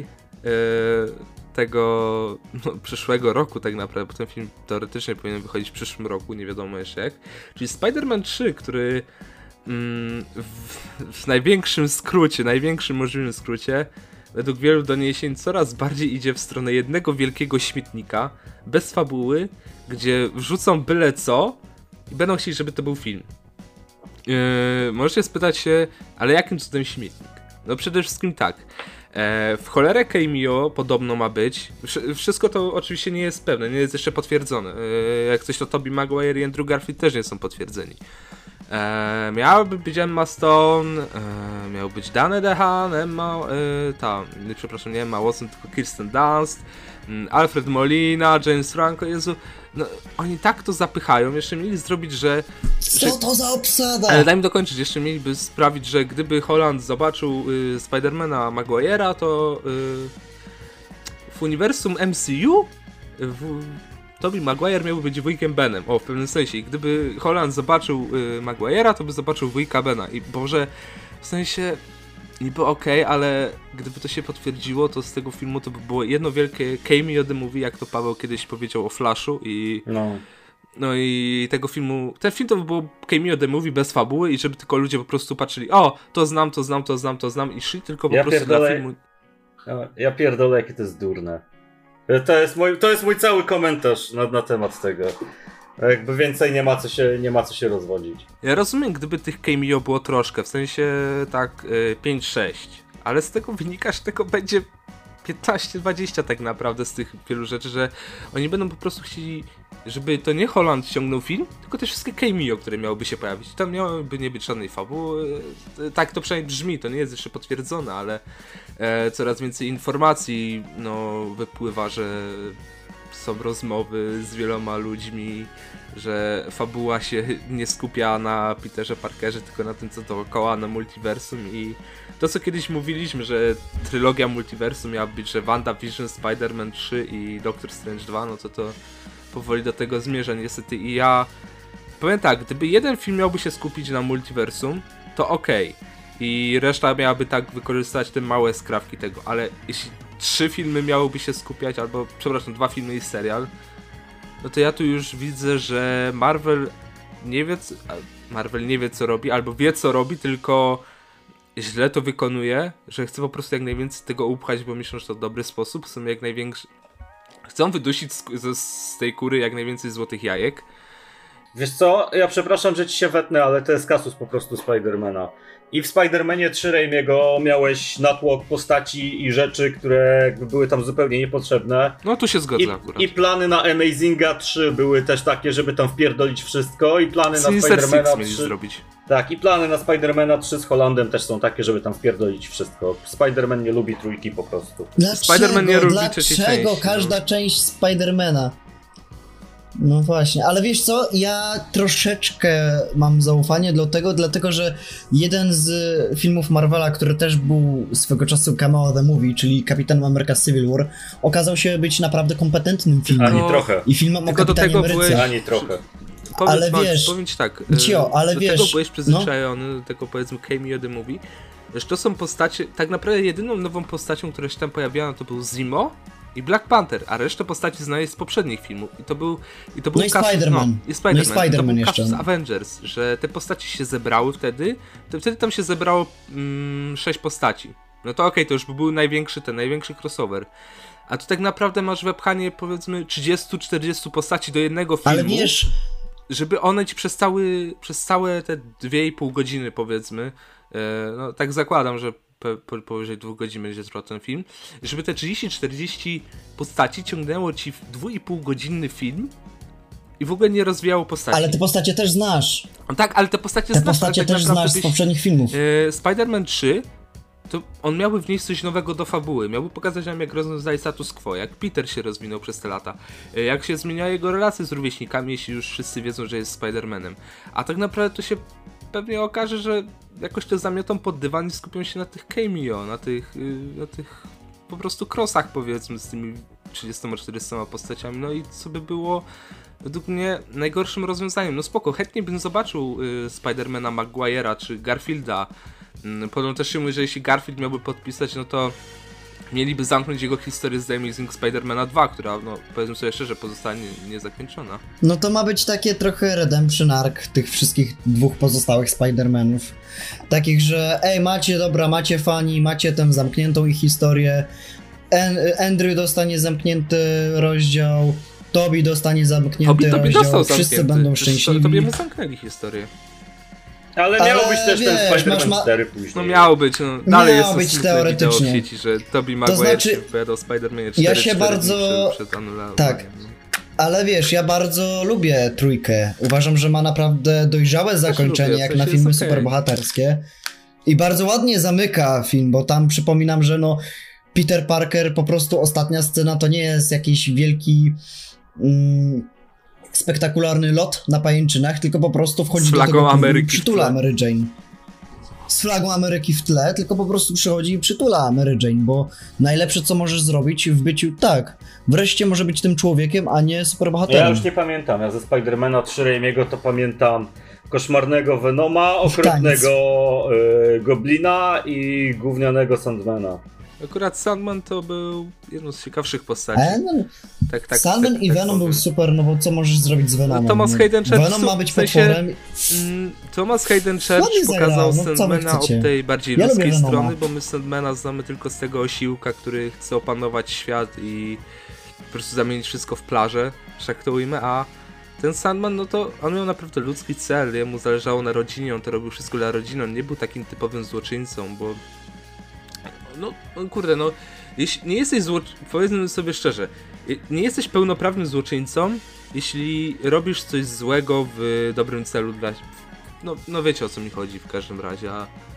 tego przyszłego roku tak naprawdę, bo ten film teoretycznie powinien wychodzić w przyszłym roku, nie wiadomo jeszcze jak, czyli Spider-Man 3, który w największym skrócie, największym możliwym skrócie, według wielu doniesień coraz bardziej idzie w stronę jednego wielkiego śmietnika, bez fabuły, gdzie wrzucą byle co i będą chcieli, żeby to był film. Możecie spytać się, ale jakim cudem śmietnik? No przede wszystkim tak. W cholerę cameo podobno ma być. Wszystko to oczywiście nie jest pewne, nie jest jeszcze potwierdzone. Jak coś to Tobey Maguire i Andrew Garfield też nie są potwierdzeni. Miałaby być Emma Stone, miał być Danny DeHaan, nie Emma Watson, tylko Kirsten Dunst, Alfred Molina, James Franco, Jezu, no oni tak to zapychają, jeszcze mieli zrobić, że...
Co to za obsada?
Ale daj mi dokończyć, jeszcze mieliby sprawić, że gdyby Holland zobaczył Spidermana Maguire'a, to w uniwersum MCU Tobey Maguire miałby być wujkiem Benem, w pewnym sensie. I gdyby Holland zobaczył Maguire'a, to by zobaczył wujka Bena. I Boże, w sensie niby okej, ale gdyby to się potwierdziło, to z tego filmu to by było jedno wielkie cameo the movie, jak to Paweł kiedyś powiedział o Flashu i... No i tego filmu, ten film to by było cameo the movie bez fabuły i żeby tylko ludzie po prostu patrzyli, to znam i szli tylko po prostu dla filmu.
Ja pierdolę, jakie to jest durne. To jest mój cały komentarz na temat tego. Jakby więcej nie ma co się rozwodzić.
Ja rozumiem, gdyby tych cameo było troszkę, w sensie tak 5-6, ale z tego wynika, że tego będzie 15-20 tak naprawdę z tych wielu rzeczy, że oni będą po prostu chcieli, żeby to nie Holland ciągnął film, tylko też wszystkie cameo, które miałyby się pojawić. Tam miałoby nie być żadnej fabuły, tak to przynajmniej brzmi, to nie jest jeszcze potwierdzone, ale coraz więcej informacji wypływa, że są rozmowy z wieloma ludźmi, że fabuła się nie skupia na Peterze Parkerze, tylko na tym, co dookoła, na multiversum i to, co kiedyś mówiliśmy, że trylogia multiversum miała być, że WandaVision, Spider-Man 3 i Doctor Strange 2, no to powoli do tego zmierza niestety i ja powiem tak, gdyby jeden film miałby się skupić na multiversum, to okej. I reszta miałaby tak wykorzystać te małe skrawki tego, ale jeśli 3 filmy miałyby się skupiać, albo przepraszam, 2 filmy i serial, no to ja tu już widzę, że Marvel nie wie co robi, albo wie co robi, tylko źle to wykonuje, że chce po prostu jak najwięcej tego upchać, bo myślą, że to dobry sposób, są jak największy... Chcą wydusić z tej kury jak najwięcej złotych jajek.
Wiesz co, ja przepraszam, że ci się wetnę, ale to jest kasus po prostu Spidermana. I w Spider-Manie 3 Raimiego miałeś natłok postaci i rzeczy, które jakby były tam zupełnie niepotrzebne.
No tu się zgodzę akurat.
I plany na Amazinga 3 były też takie, żeby tam wpierdolić wszystko i plany
Sinister
na Spider-Mana
Six
3...
mieli zrobić.
Tak, i plany na Spidermana 3 z Hollandem też są takie, żeby tam wpierdolić wszystko. Spider-Man nie lubi trójki po prostu.
Spider-Man nie lubi trzeciej części.
Dlaczego każda część Spidermana? No właśnie, ale wiesz co, ja troszeczkę mam zaufanie do tego, dlatego że jeden z filmów Marvela, który też był swego czasu cameo the movie, czyli Kapitan Ameryka Civil War, okazał się być naprawdę kompetentnym filmem.
Ani trochę.
I filmem o
Tylko do
Kapitanie
tego
Ameryce.
byłeś-
Ani trochę.
Powiedz,
Ale
Max,
wiesz,
powiem ci tak,
ale
do
wiesz,
tego byłeś przyzwyczajony, do tego powiedzmy cameo the movie. Wiesz, to są postacie, tak naprawdę jedyną nową postacią, która się tam pojawiała, to był Zemo i Black Panther, a resztę postaci znajesz z poprzednich filmów. I to był
No i Spider-Man.
No, i Spider-Man.
No i Spider-Man
to był
jeszcze.
kasus Avengers, że te postaci się zebrały wtedy, to wtedy tam się zebrało 6 postaci. No to okej, to już był największy crossover. A tu tak naprawdę masz wepchanie powiedzmy 30-40 postaci do jednego filmu.
Ale wiesz,
Żeby one ci przez całe te 2,5 godziny powiedzmy, no tak zakładam, że powyżej 2 godzin będzie trwał ten film, żeby te 30-40 postaci ciągnęło ci w 2,5 godzinny film i w ogóle nie rozwijało postaci.
ale te postacie też znasz.
No tak, ale te postacie
Te
znasz,
postacie
ale tak
też
naprawdę
znasz z poprzednich filmów.
Spider-Man 3 to on miałby wnieść coś nowego do fabuły, miałby pokazać nam jak rozwiązali status quo, jak Peter się rozwinął przez te lata, jak się zmienia jego relacje z rówieśnikami, jeśli już wszyscy wiedzą, że jest Spider-Manem. A tak naprawdę to się pewnie okaże, że jakoś to zamiotą pod dywan i skupią się na tych cameo, na tych po prostu crossach powiedzmy z tymi 30-40 postaciami, no i co by było według mnie najgorszym rozwiązaniem. No spoko, chętnie bym zobaczył Spidermana Maguire'a czy Garfielda. Podobno też się mówi, że jeśli Garfield miałby podpisać, no to mieliby zamknąć jego historię z The Amazing Spider-Mana 2, która, no powiedzmy sobie szczerze, pozostanie niezakończona.
No to ma być takie trochę redemption arc tych wszystkich dwóch pozostałych Spider-Manów. Takich, że macie fani, macie tę zamkniętą ich historię, Andrew dostanie zamknięty rozdział, Tobey dostanie zamknięty rozdział, wszyscy będą szczęśliwi.
Tobie mu zamknęli historię.
Ale miał być też
wiesz,
ten Spider-Man
masz
4 później.
No miało być, no dalej
Miało
jest
być
to
teoretycznie.
wideo w sieci, że Tobey Maguire
znaczy,
się wypowiadał o Spider-Manie 4
ja się bardzo...
przed anulowaniem.
Tak. Ale wiesz, ja bardzo lubię trójkę. Uważam, że ma naprawdę dojrzałe zakończenie,
lubię,
jak
w
na
sensie
filmy
jest okej.
superbohaterskie. I bardzo ładnie zamyka film, bo tam przypominam, że no Peter Parker, po prostu ostatnia scena to nie jest jakiś wielki spektakularny lot na pajęczynach, tylko po prostu wchodzi
Z
do
flagą
tego klubu i
Ameryki w
przytula
tle.
Mary Jane. Z flagą Ameryki w tle, tylko po prostu przychodzi i przytula Mary Jane, bo najlepsze co możesz zrobić w byciu, wreszcie może być tym człowiekiem, a nie superbohaterem.
Ja już nie pamiętam, ja ze Spidermana 3 Raimiego to pamiętam koszmarnego Venoma, okropnego Goblina i gównianego Sandmana.
Akurat Sandman to był jedną z ciekawszych postaci.
Sandman i Venom był super, no bo co możesz zrobić z Venomem?
No, Thomas Hayden Church
Venom ma być
w sensie,
potworem.
Thomas Hayden Church
Ładnie
pokazał
zagrał, no co wy
Sandmana od
chcecie?
tej bardziej
Ja
ludzkiej
lubię Venoma.
strony, bo my Sandmana znamy tylko z tego osiłka, który chce opanować świat i po prostu zamienić wszystko w plażę, że tak to ujmę, a ten Sandman, no to on miał naprawdę ludzki cel, jemu zależało na rodzinie, on to robił wszystko dla rodziny, on nie był takim typowym złoczyńcą, bo no kurde, no jeśli nie jesteś powiedzmy sobie szczerze, nie jesteś pełnoprawnym złoczyńcą, jeśli robisz coś złego w dobrym celu dla... No wiecie o co mi chodzi w każdym razie,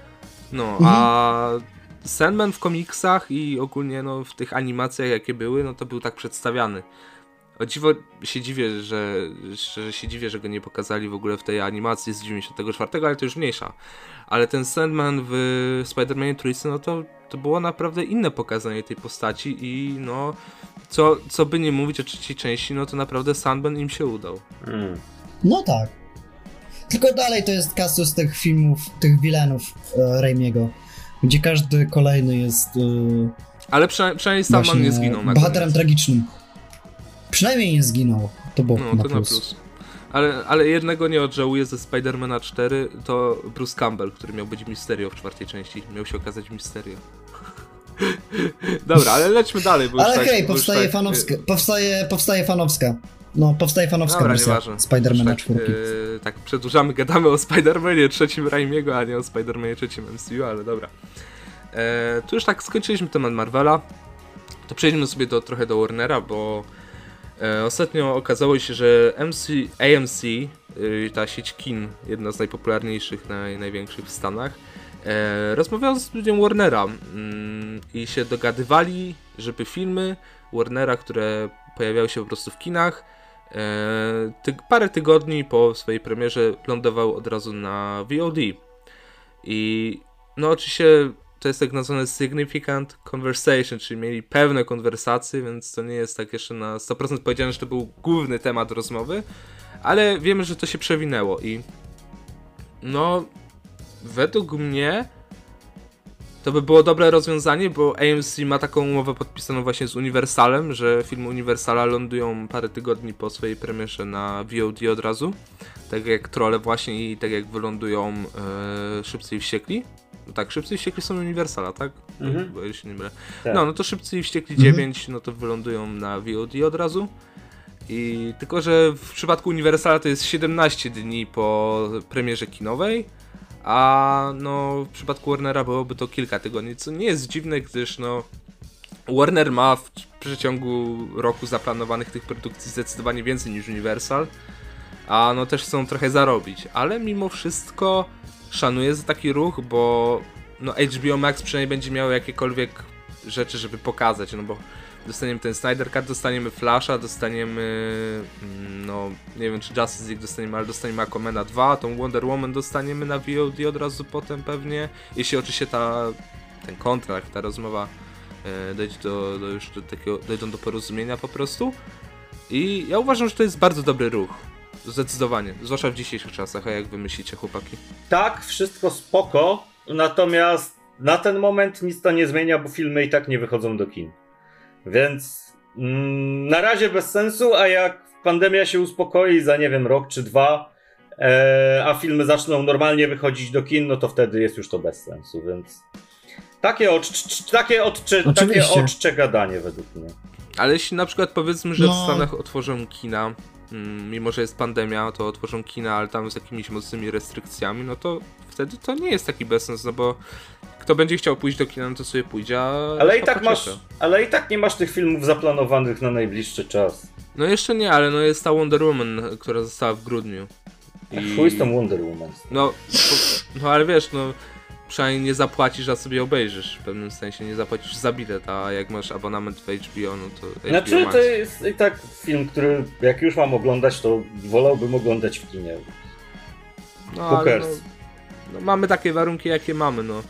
a Sandman w komiksach i ogólnie no w tych animacjach jakie były, no to był tak przedstawiany. O dziwo się dziwię, że go nie pokazali w ogóle w tej animacji z 94, ale to już mniejsza. Ale ten Sandman w Spider-Manie trójce, no to było naprawdę inne pokazanie tej postaci i no co by nie mówić o trzeciej części, no to naprawdę Sandman im się udał.
No tak. Tylko dalej to jest kasus tych filmów, tych villainów Raimiego, gdzie każdy kolejny jest
ale przynajmniej Sandman nie zginął na
bohaterem
koniec.
tragicznym. Przynajmniej nie zginął. To było
No, to na plus. Ale jednego nie odżałuję ze Spidermana 4, to Bruce Campbell, który miał być Mysterio w czwartej części. Miał się okazać Mysterio. Dobra, ale lećmy dalej, bo
ale
już
hej,
tak,
powstaje fanowska. No, powstaje fanowska
dobra,
wersja
nieważne.
Spidermana
Tak,
4.
tak przedłużamy, gadamy o Spidermanie trzecim Raimiego, a nie o Spidermanie trzecim MCU, ale dobra. Tu już tak skończyliśmy temat Marvela. To przejdźmy sobie trochę do Warnera, bo Ostatnio okazało się, że AMC, ta sieć kin, jedna z najpopularniejszych, największych w Stanach, rozmawiał z ludźmi Warnera i się dogadywali, żeby filmy Warnera, które pojawiały się po prostu w kinach, parę tygodni po swojej premierze lądował od razu na VOD. I no oczywiście to jest tak nazwane significant conversation, czyli mieli pewne konwersacje, więc to nie jest tak jeszcze na 100% powiedziane, że to był główny temat rozmowy, ale wiemy, że to się przewinęło i no według mnie to by było dobre rozwiązanie, bo AMC ma taką umowę podpisaną właśnie z Universalem, że filmy Universala lądują parę tygodni po swojej premierze na VOD od razu, tak jak Trolle właśnie i tak jak wylądują Szybcy i Wściekli. No tak, Szybcy i Wściekli są Universala, tak? Bo ja się nie mylę.
Tak.
No to Szybcy i Wściekli 9, no to wylądują na VOD od razu. I tylko, że w przypadku Universala to jest 17 dni po premierze kinowej, a no w przypadku Warnera byłoby to kilka tygodni, co nie jest dziwne, gdyż no Warner ma w przeciągu roku zaplanowanych tych produkcji zdecydowanie więcej niż Universal, a no też chcą trochę zarobić, ale mimo wszystko szanuję za taki ruch, bo no HBO Max przynajmniej będzie miało jakiekolwiek rzeczy, żeby pokazać, no bo dostaniemy ten Snyder Cut, dostaniemy Flasha, dostaniemy, no nie wiem czy Justice League dostaniemy, ale dostaniemy Aquamana 2, tą Wonder Woman dostaniemy na VOD od razu potem pewnie, jeśli oczywiście ten kontrakt, ta rozmowa dojdzie dojdą do porozumienia po prostu. I ja uważam, że to jest bardzo dobry ruch, zdecydowanie, zwłaszcza w dzisiejszych czasach, a jak wy myślicie, chłopaki?
Tak, wszystko spoko, natomiast na ten moment nic to nie zmienia, bo filmy i tak nie wychodzą do kin. Więc na razie bez sensu, a jak pandemia się uspokoi za, nie wiem, rok czy dwa, a filmy zaczną normalnie wychodzić do kin, no to wtedy jest już to bez sensu, więc takie odcze gadanie według mnie.
Ale jeśli na przykład powiedzmy, że w Stanach otworzą kina, mimo że jest pandemia, to otworzą kina, ale tam z jakimiś mocnymi restrykcjami, no to wtedy to nie jest taki bezsens, no bo kto będzie chciał pójść do kina, no to sobie pójdzie,
ale i tak nie masz tych filmów zaplanowanych na najbliższy czas.
No jeszcze nie, ale no jest ta Wonder Woman, która została w grudniu.
Chuj z tą Wonder Woman.
No ale wiesz, no przynajmniej nie zapłacisz, a sobie obejrzysz. W pewnym sensie nie zapłacisz za bilet, a jak masz abonament w HBO, no to HBO
Znaczy
Max.
to jest i tak film, który jak już mam oglądać, to wolałbym oglądać w kinie.
No, ale no, mamy takie warunki, jakie mamy, no.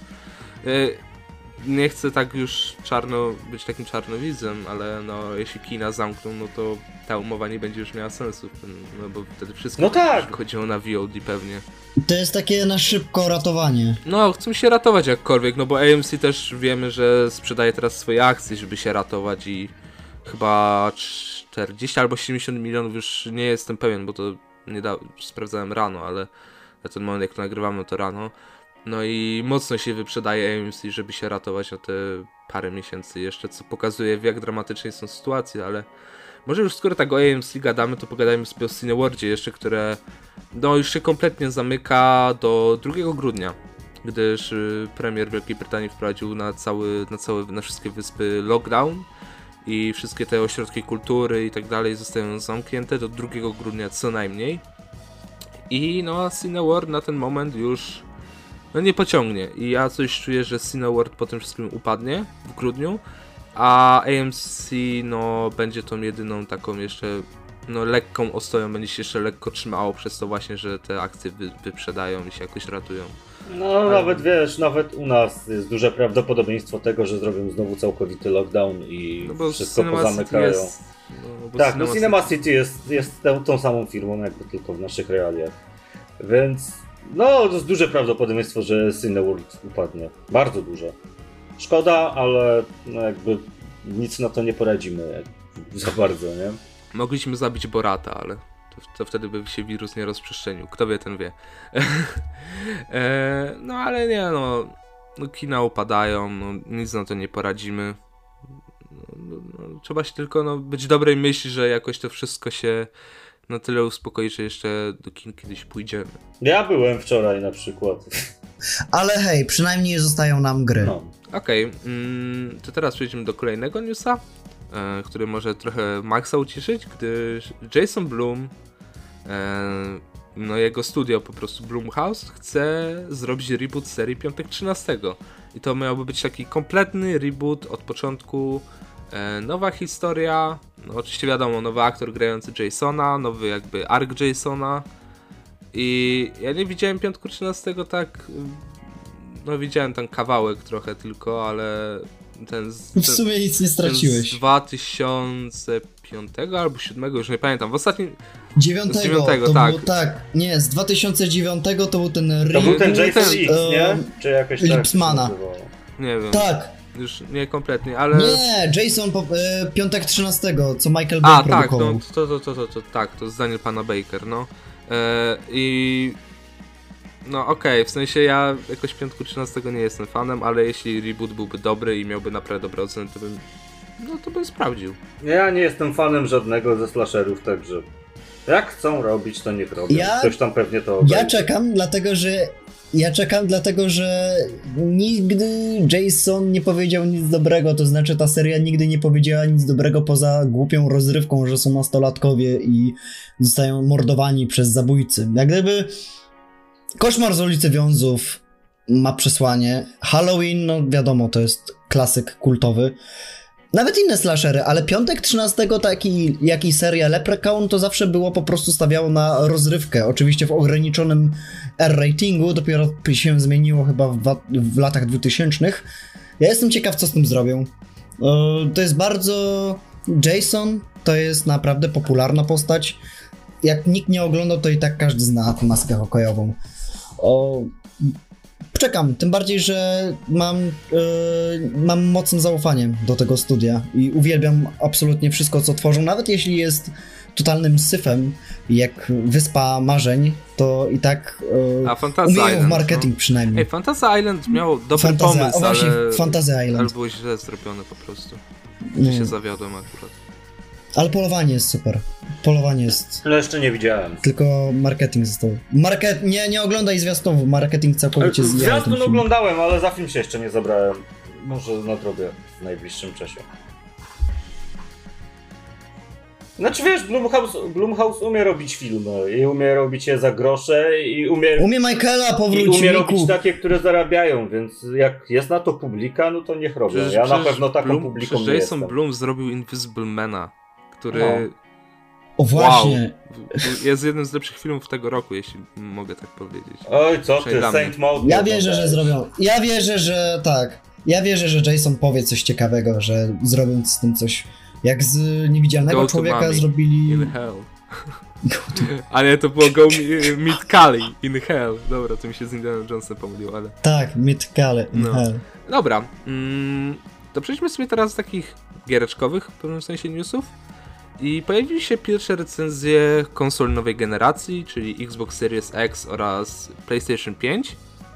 Nie chcę tak już być takim czarnowidzem, ale no jeśli kina zamkną, no to ta umowa nie będzie już miała sensu, no bo wtedy wszystko chodziło na VOD pewnie.
To jest takie na szybko ratowanie.
No, chcą się ratować jakkolwiek, no bo AMC też wiemy, że sprzedaje teraz swoje akcje, żeby się ratować i chyba 40 albo 70 milionów, już nie jestem pewien, bo to sprawdzałem rano, ale na ten moment jak to nagrywamy to rano. No i mocno się wyprzedaje AMC, żeby się ratować na te parę miesięcy jeszcze, co pokazuje w jak dramatycznej są sytuacje, ale może już skoro tak o AMC gadamy, to pogadajmy sobie o Cineworldzie jeszcze, które no już się kompletnie zamyka do 2 grudnia, gdyż premier Wielkiej Brytanii wprowadził na wszystkie wyspy lockdown i wszystkie te ośrodki kultury i tak dalej zostają zamknięte do 2 grudnia co najmniej. I no Cineworld na ten moment już nie pociągnie i ja coś czuję, że Cineworld po tym wszystkim upadnie w grudniu, a AMC no będzie tą jedyną taką jeszcze lekką ostoją, będzie się jeszcze lekko trzymało przez to właśnie, że te akcje wyprzedają i się jakoś ratują.
No nawet wiesz, nawet u nas jest duże prawdopodobieństwo tego, że zrobią znowu całkowity lockdown i wszystko pozamykają. Tak, no Cinema City jest tą samą firmą, jakby tylko w naszych realiach. Więc no, to jest duże prawdopodobieństwo, że Cineworld upadnie. Bardzo duże. Szkoda, ale no jakby nic na to nie poradzimy za bardzo, nie?
Mogliśmy zabić Borata, ale to wtedy by się wirus nie rozprzestrzenił. Kto wie, ten wie. No ale nie, no kina upadają, no, nic na to nie poradzimy. Trzeba się tylko być dobrej myśli, że jakoś to wszystko się na tyle uspokoi, że jeszcze do kin kiedyś pójdziemy.
Ja byłem wczoraj na przykład.
Ale hej, przynajmniej zostają nam gry.
No. Okej, to teraz przejdziemy do kolejnego newsa. który może trochę Maxa uciszyć, gdyż Jason Blum, no jego studio po prostu Blumhouse chce zrobić reboot serii Piątek 13. I to miałby być taki kompletny reboot od początku, nowa historia, no oczywiście wiadomo, nowy aktor grający Jasona, nowy jakby arc Jasona. I ja nie widziałem Piątku 13 tak, no widziałem tam kawałek trochę tylko, ale
w sumie nic nie straciłeś.
Z 2005 albo 2007, już nie pamiętam, w ostatnim...
9, to
tak.
Było, tak. Nie, z 2009 to był ten
To był ten Jason X, nie? Czy jakoś
Lipsmana.
tak
nie wiem.
Tak.
Już nie kompletnie, ale...
Nie, Jason Piątek 13, co Michael Bay produkował.
Tak, to z Daniel Pana Baker, no. I... No okej, w sensie ja jakoś Piątku 13 nie jestem fanem, ale jeśli reboot byłby dobry i miałby naprawdę dobre oceny, to bym sprawdził.
Ja nie jestem fanem żadnego ze slasherów, także jak chcą robić, to niech robią. Ktoś tam pewnie to obejrzy.
Ja czekam dlatego, że nigdy Jason nie powiedział nic dobrego, to znaczy ta seria nigdy nie powiedziała nic dobrego poza głupią rozrywką, że są nastolatkowie i zostają mordowani przez zabójcy. Jak gdyby Koszmar z ulicy Wiązów ma przesłanie, Halloween, no wiadomo, to jest klasyk kultowy. Nawet inne slashery, ale Piątek 13, taki jak i seria Leprechaun, to zawsze było po prostu stawiało na rozrywkę. Oczywiście w ograniczonym R-ratingu, dopiero się zmieniło chyba w latach 2000. Ja jestem ciekaw, co z tym zrobią. To jest bardzo... Jason to jest naprawdę popularna postać. Jak nikt nie oglądał, to i tak każdy zna tę maskę hokejową. Czekam, tym bardziej, że mam mocne zaufanie do tego studia i uwielbiam absolutnie wszystko, co tworzą, nawet jeśli jest totalnym syfem, jak Wyspa Marzeń, to i tak umieją w marketing przynajmniej.
Ej, Fantasy Island miał dobry pomysł,
właśnie,
ale...
Fantasy Island.
Ale było źle zrobione po prostu. Ja się zawiodłem akurat.
Ale polowanie jest super. Polowanie jest...
No jeszcze nie widziałem.
Tylko marketing został. Nie oglądaj zwiastunów, marketing całkowicie zjadł.
Zwiastun oglądałem, ale za film się jeszcze nie zabrałem. Może nadrobię w najbliższym czasie. Znaczy wiesz, Blumhouse umie robić filmy i umie robić je za grosze i umie
Michaela powrócić.
I umie robić takie, które zarabiają, więc jak jest na to publika, no to niech robią. Ja na pewno taką publiką nie jestem.
Jason Blum zrobił Invisible Mana, który...
No. O właśnie!
Wow, jest jednym z lepszych filmów tego roku, jeśli mogę tak powiedzieć.
Oj, co ty, Saint Maud.
Ja wierzę, że zrobią. Ja wierzę, że tak. Ja wierzę, że Jason powie coś ciekawego, że zrobią z tym coś. Jak z Niewidzialnego Człowieka zrobili...
In Hell. Ale to było Go Meet Cully in Hell. Dobra, to mi się z Indiana Jonesem pomyliło, ale...
Tak, Meet Cully in Hell.
Dobra, to przejdźmy sobie teraz z takich giereczkowych w pewnym sensie newsów. I pojawiły się pierwsze recenzje konsol nowej generacji, czyli Xbox Series X oraz PlayStation 5.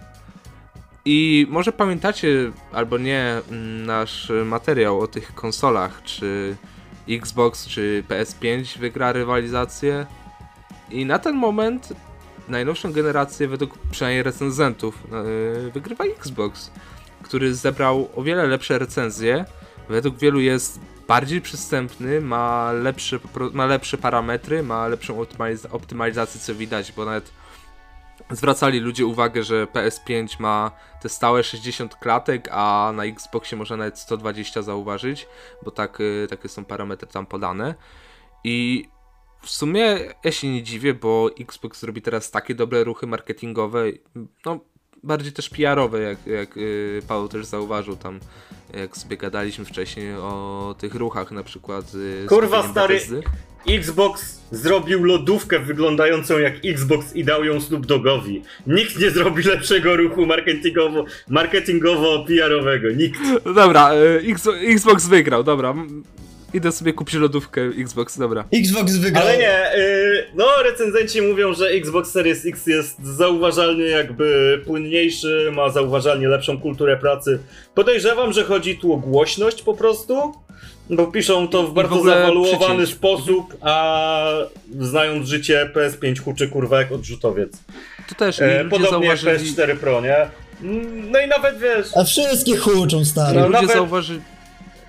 I może pamiętacie, albo nie, nasz materiał o tych konsolach, czy Xbox, czy PS5 wygra rywalizację. I na ten moment najnowszą generację, według przynajmniej recenzentów, wygrywa Xbox, który zebrał o wiele lepsze recenzje. Według wielu jest bardziej przystępny, ma lepsze parametry, ma lepszą optymalizację, co widać, bo nawet zwracali ludzie uwagę, że PS5 ma te stałe 60 klatek, a na Xboxie można nawet 120 zauważyć, bo takie są parametry tam podane. I w sumie ja się nie dziwię, bo Xbox robi teraz takie dobre ruchy marketingowe, no bardziej też PR-owe, jak Paweł też zauważył tam, jak sobie gadaliśmy wcześniej o tych ruchach na przykład.
Kurwa stary, Xbox zrobił lodówkę wyglądającą jak Xbox i dał ją Snoop Doggowi. Nikt nie zrobi lepszego ruchu marketingowo-PR-owego. Nikt.
No dobra, Xbox wygrał, dobra. Idę sobie kupić lodówkę Xbox, dobra.
Xbox wygrał.
Ale nie, no recenzenci mówią, że Xbox Series X jest zauważalnie jakby płynniejszy, ma zauważalnie lepszą kulturę pracy. Podejrzewam, że chodzi tu o głośność po prostu, bo piszą to w bardzo zawaluowany sposób, a znając życie PS5 huczy kurwa jak odrzutowiec.
To też
podobnie jak PS4 Pro, nie? No i nawet wiesz...
A wszystkie huczą, stary.
No, ludzie zauważyli...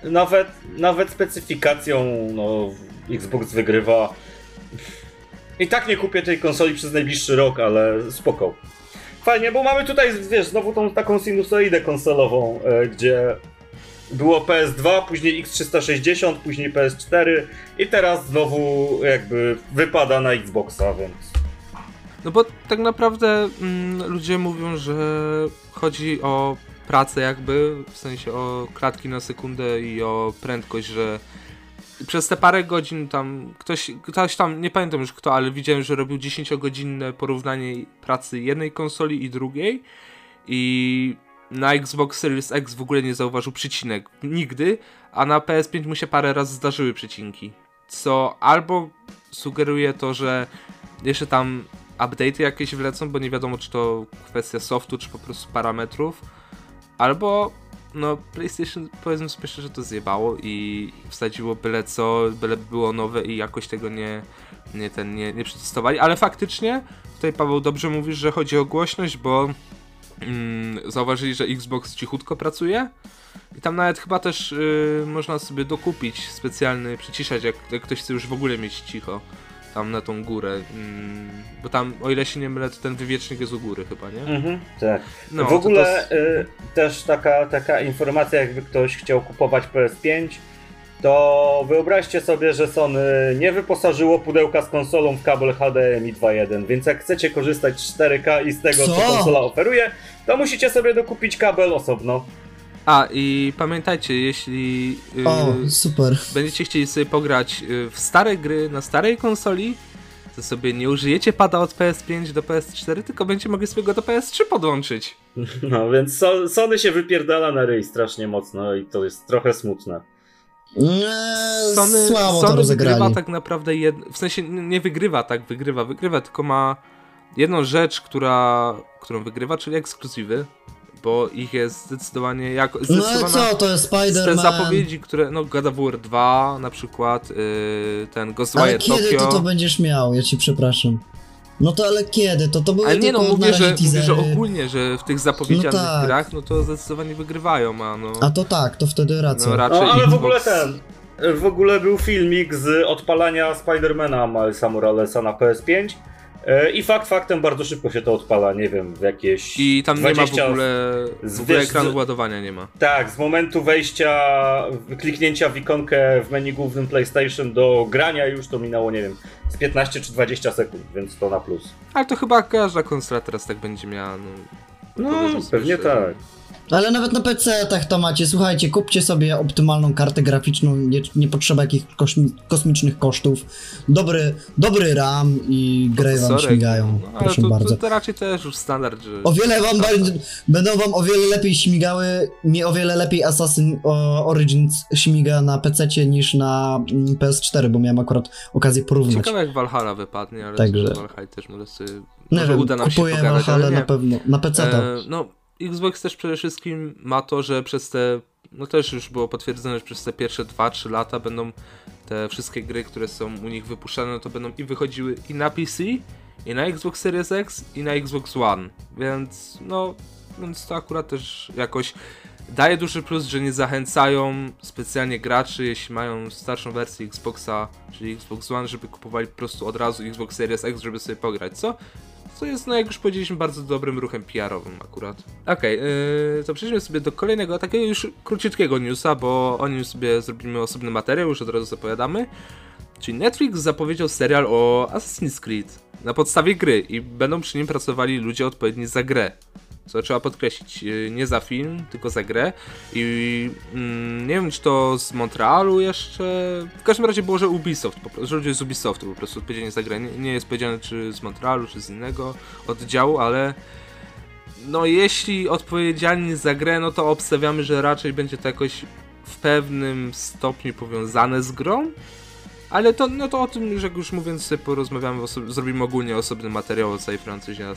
nawet specyfikacją, no, Xbox wygrywa. I tak nie kupię tej konsoli przez najbliższy rok, ale spoko. Fajnie, bo mamy tutaj, wiesz, znowu tą taką sinusoidę konsolową, gdzie było PS2, później X360, później PS4 i teraz znowu jakby wypada na Xboxa, więc...
No bo tak naprawdę ludzie mówią, że chodzi o pracę jakby, w sensie o klatki na sekundę i o prędkość, że przez te parę godzin tam ktoś tam, nie pamiętam już kto, ale widziałem, że robił 10-godzinne porównanie pracy jednej konsoli i drugiej i na Xbox Series X w ogóle nie zauważył przycinek nigdy, a na PS5 mu się parę razy zdarzyły przycinki, co albo sugeruje to, że jeszcze tam update'y jakieś wlecą, bo nie wiadomo czy to kwestia softu, czy po prostu parametrów, albo no PlayStation, powiedzmy sobie szczerze, że to zjebało i wsadziło byle co, byle było nowe i jakoś tego nie przetestowali, ale faktycznie tutaj Paweł dobrze mówisz, że chodzi o głośność, bo zauważyli, że Xbox cichutko pracuje i tam nawet chyba też można sobie dokupić specjalny przyciszać, jak ktoś chce już w ogóle mieć cicho tam na tą górę, bo tam, o ile się nie mylę, to ten wywiecznik jest u góry chyba, nie?
Tak.
No,
w ogóle też taka informacja, jakby ktoś chciał kupować PS5, to wyobraźcie sobie, że Sony nie wyposażyło pudełka z konsolą w kabel HDMI 2.1, więc jak chcecie korzystać z 4K i z tego, co konsola oferuje, to musicie sobie dokupić kabel osobno.
A i pamiętajcie, jeśli
super.
będziecie chcieli sobie pograć w stare gry na starej konsoli, to sobie nie użyjecie pada od PS5 do PS4, tylko będziecie mogli sobie go do PS3 podłączyć.
No więc Sony się wypierdala na ryj strasznie mocno i to jest trochę smutne.
Sony wygrywa tak naprawdę, w sensie nie wygrywa, wygrywa, tylko ma jedną rzecz, którą wygrywa, czyli ekskluzywy, bo ich jest zdecydowanie
No co, to jest Spider-Man.
Te zapowiedzi, które, no God of War 2 na przykład, ten Ghostwire Tokyo.
Ale kiedy to będziesz miał, ja ci przepraszam. No to ale kiedy? To były
ale nie,
tylko
no mówię,
teasery.
że ogólnie, że w tych zapowiedzianych grach, no to zdecydowanie wygrywają,
A to tak, to wtedy racja.
No raczej
ale
Xbox...
w ogóle był filmik z odpalania Spidermana Milesa Moralesa na PS5 i faktem bardzo szybko się to odpala, nie wiem, w jakieś
I tam
20...
nie ma w ogóle ekranu ładowania nie ma.
Tak, z momentu wejścia, kliknięcia w ikonkę w menu głównym PlayStation do grania już to minęło, nie wiem, z 15 czy 20 sekund, więc to na plus.
Ale to chyba każda konsola teraz tak będzie miała,
no pewnie tak.
Ale nawet na PC-tach to macie, słuchajcie, kupcie sobie optymalną kartę graficzną, nie potrzeba jakichś kosmicznych kosztów, dobry RAM i gry wam śmigają,
no,
proszę bardzo.
To raczej też już standard, że...
Będą wam o wiele lepiej śmigały, o wiele lepiej Assassin Origins śmiga na PC-cie niż na PS4, bo miałem akurat okazję porównać.
Ciekawe jak Valhalla wypadnie, ale
także
Valhalla też może sobie...
Nie wiem,
uda nam
kupuję
się pogadać,
Valhalla na pewno, na PC-ta.
No, Xbox też przede wszystkim ma to, że przez te, no też już było potwierdzone, że przez te pierwsze 2-3 lata będą te wszystkie gry, które są u nich wypuszczane, no to będą i wychodziły i na PC, i na Xbox Series X, i na Xbox One, więc to akurat też jakoś daje duży plus, że nie zachęcają specjalnie graczy, jeśli mają starszą wersję Xboxa, czyli Xbox One, żeby kupowali po prostu od razu Xbox Series X, żeby sobie pograć, co jest, no jak już powiedzieliśmy, bardzo dobrym ruchem PR-owym akurat. Okej, to przejdźmy sobie do kolejnego, takiego już króciutkiego newsa, bo o nim sobie zrobimy osobny materiał, już od razu zapowiadamy. Czyli Netflix zapowiedział serial o Assassin's Creed na podstawie gry i będą przy nim pracowali ludzie odpowiedni za grę. Co trzeba podkreślić, nie za film, tylko za grę. I nie wiem, czy to z Montrealu jeszcze. W każdym razie było, że Ubisoft, że ludzie z Ubisoftu po prostu odpowiedzialni za grę. Nie jest powiedziane, czy z Montrealu, czy z innego oddziału, ale no jeśli odpowiedzialni za grę, no to obstawiamy, że raczej będzie to jakoś w pewnym stopniu powiązane z grą. Ale to o tym już, jak już mówiąc, sobie porozmawiamy, zrobimy ogólnie osobny materiał o całej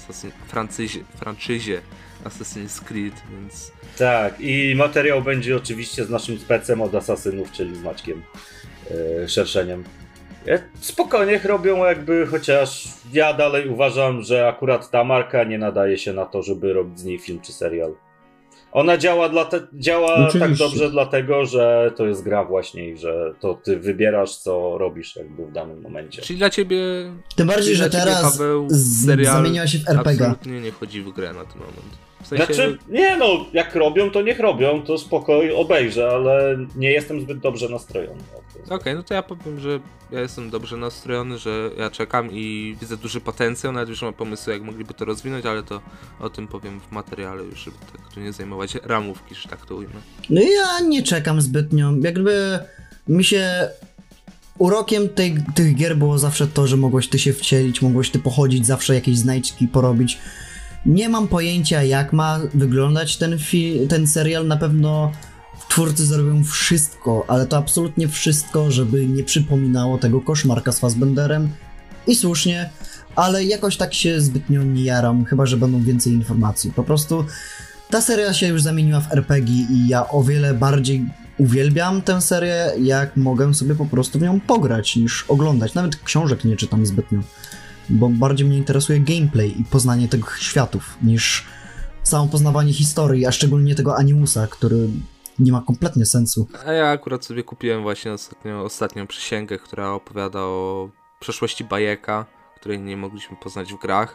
franczyzie Assassin's Creed, więc... Tak,
i materiał będzie oczywiście z naszym specem od Asasynów, czyli z Maćkiem Szerszeniem. Spokojnie robią jakby, chociaż ja dalej uważam, że akurat ta marka nie nadaje się na to, żeby robić z niej film czy serial. Ona działa tak
Oczywiście.
dobrze dlatego, że to jest gra właśnie i że to ty wybierasz, co robisz jakby w danym momencie.
Czyli dla ciebie...
Tym bardziej,
czyli
że
dla ciebie,
teraz
Paweł, serial
zamieniła się w RPG.
absolutnie nie wchodzi w grę na ten moment. W sensie...
Znaczy, nie no, jak robią, to niech robią, to spokojnie obejrzę, ale nie jestem zbyt dobrze nastrojony.
Okej, no to ja powiem, że ja jestem dobrze nastrojony, że ja czekam i widzę duży potencjał, nawet już mam pomysły, jak mogliby to rozwinąć, ale to o tym powiem w materiale już, żeby tak tu nie zajmować ramówki, że tak to ujmę.
No ja nie czekam zbytnio. Jakby mi się... Urokiem tych gier było zawsze to, że mogłeś ty się wcielić, mogłeś ty pochodzić, zawsze jakieś znajdźki porobić. Nie mam pojęcia, jak ma wyglądać ten serial. Na pewno twórcy zrobią wszystko, ale to absolutnie wszystko, żeby nie przypominało tego koszmarka z Fassbenderem. I słusznie, ale jakoś tak się zbytnio nie jaram, chyba że będą więcej informacji. Po prostu ta seria się już zamieniła w RPG i ja o wiele bardziej uwielbiam tę serię, jak mogę sobie po prostu w nią pograć, niż oglądać. Nawet książek nie czytam zbytnio, bo bardziej mnie interesuje gameplay i poznanie tych światów, niż samo poznawanie historii, a szczególnie tego Animusa, który nie ma kompletnie sensu.
A ja akurat sobie kupiłem właśnie ostatnią przysięgę, która opowiada o przeszłości Bajeka, której nie mogliśmy poznać w grach.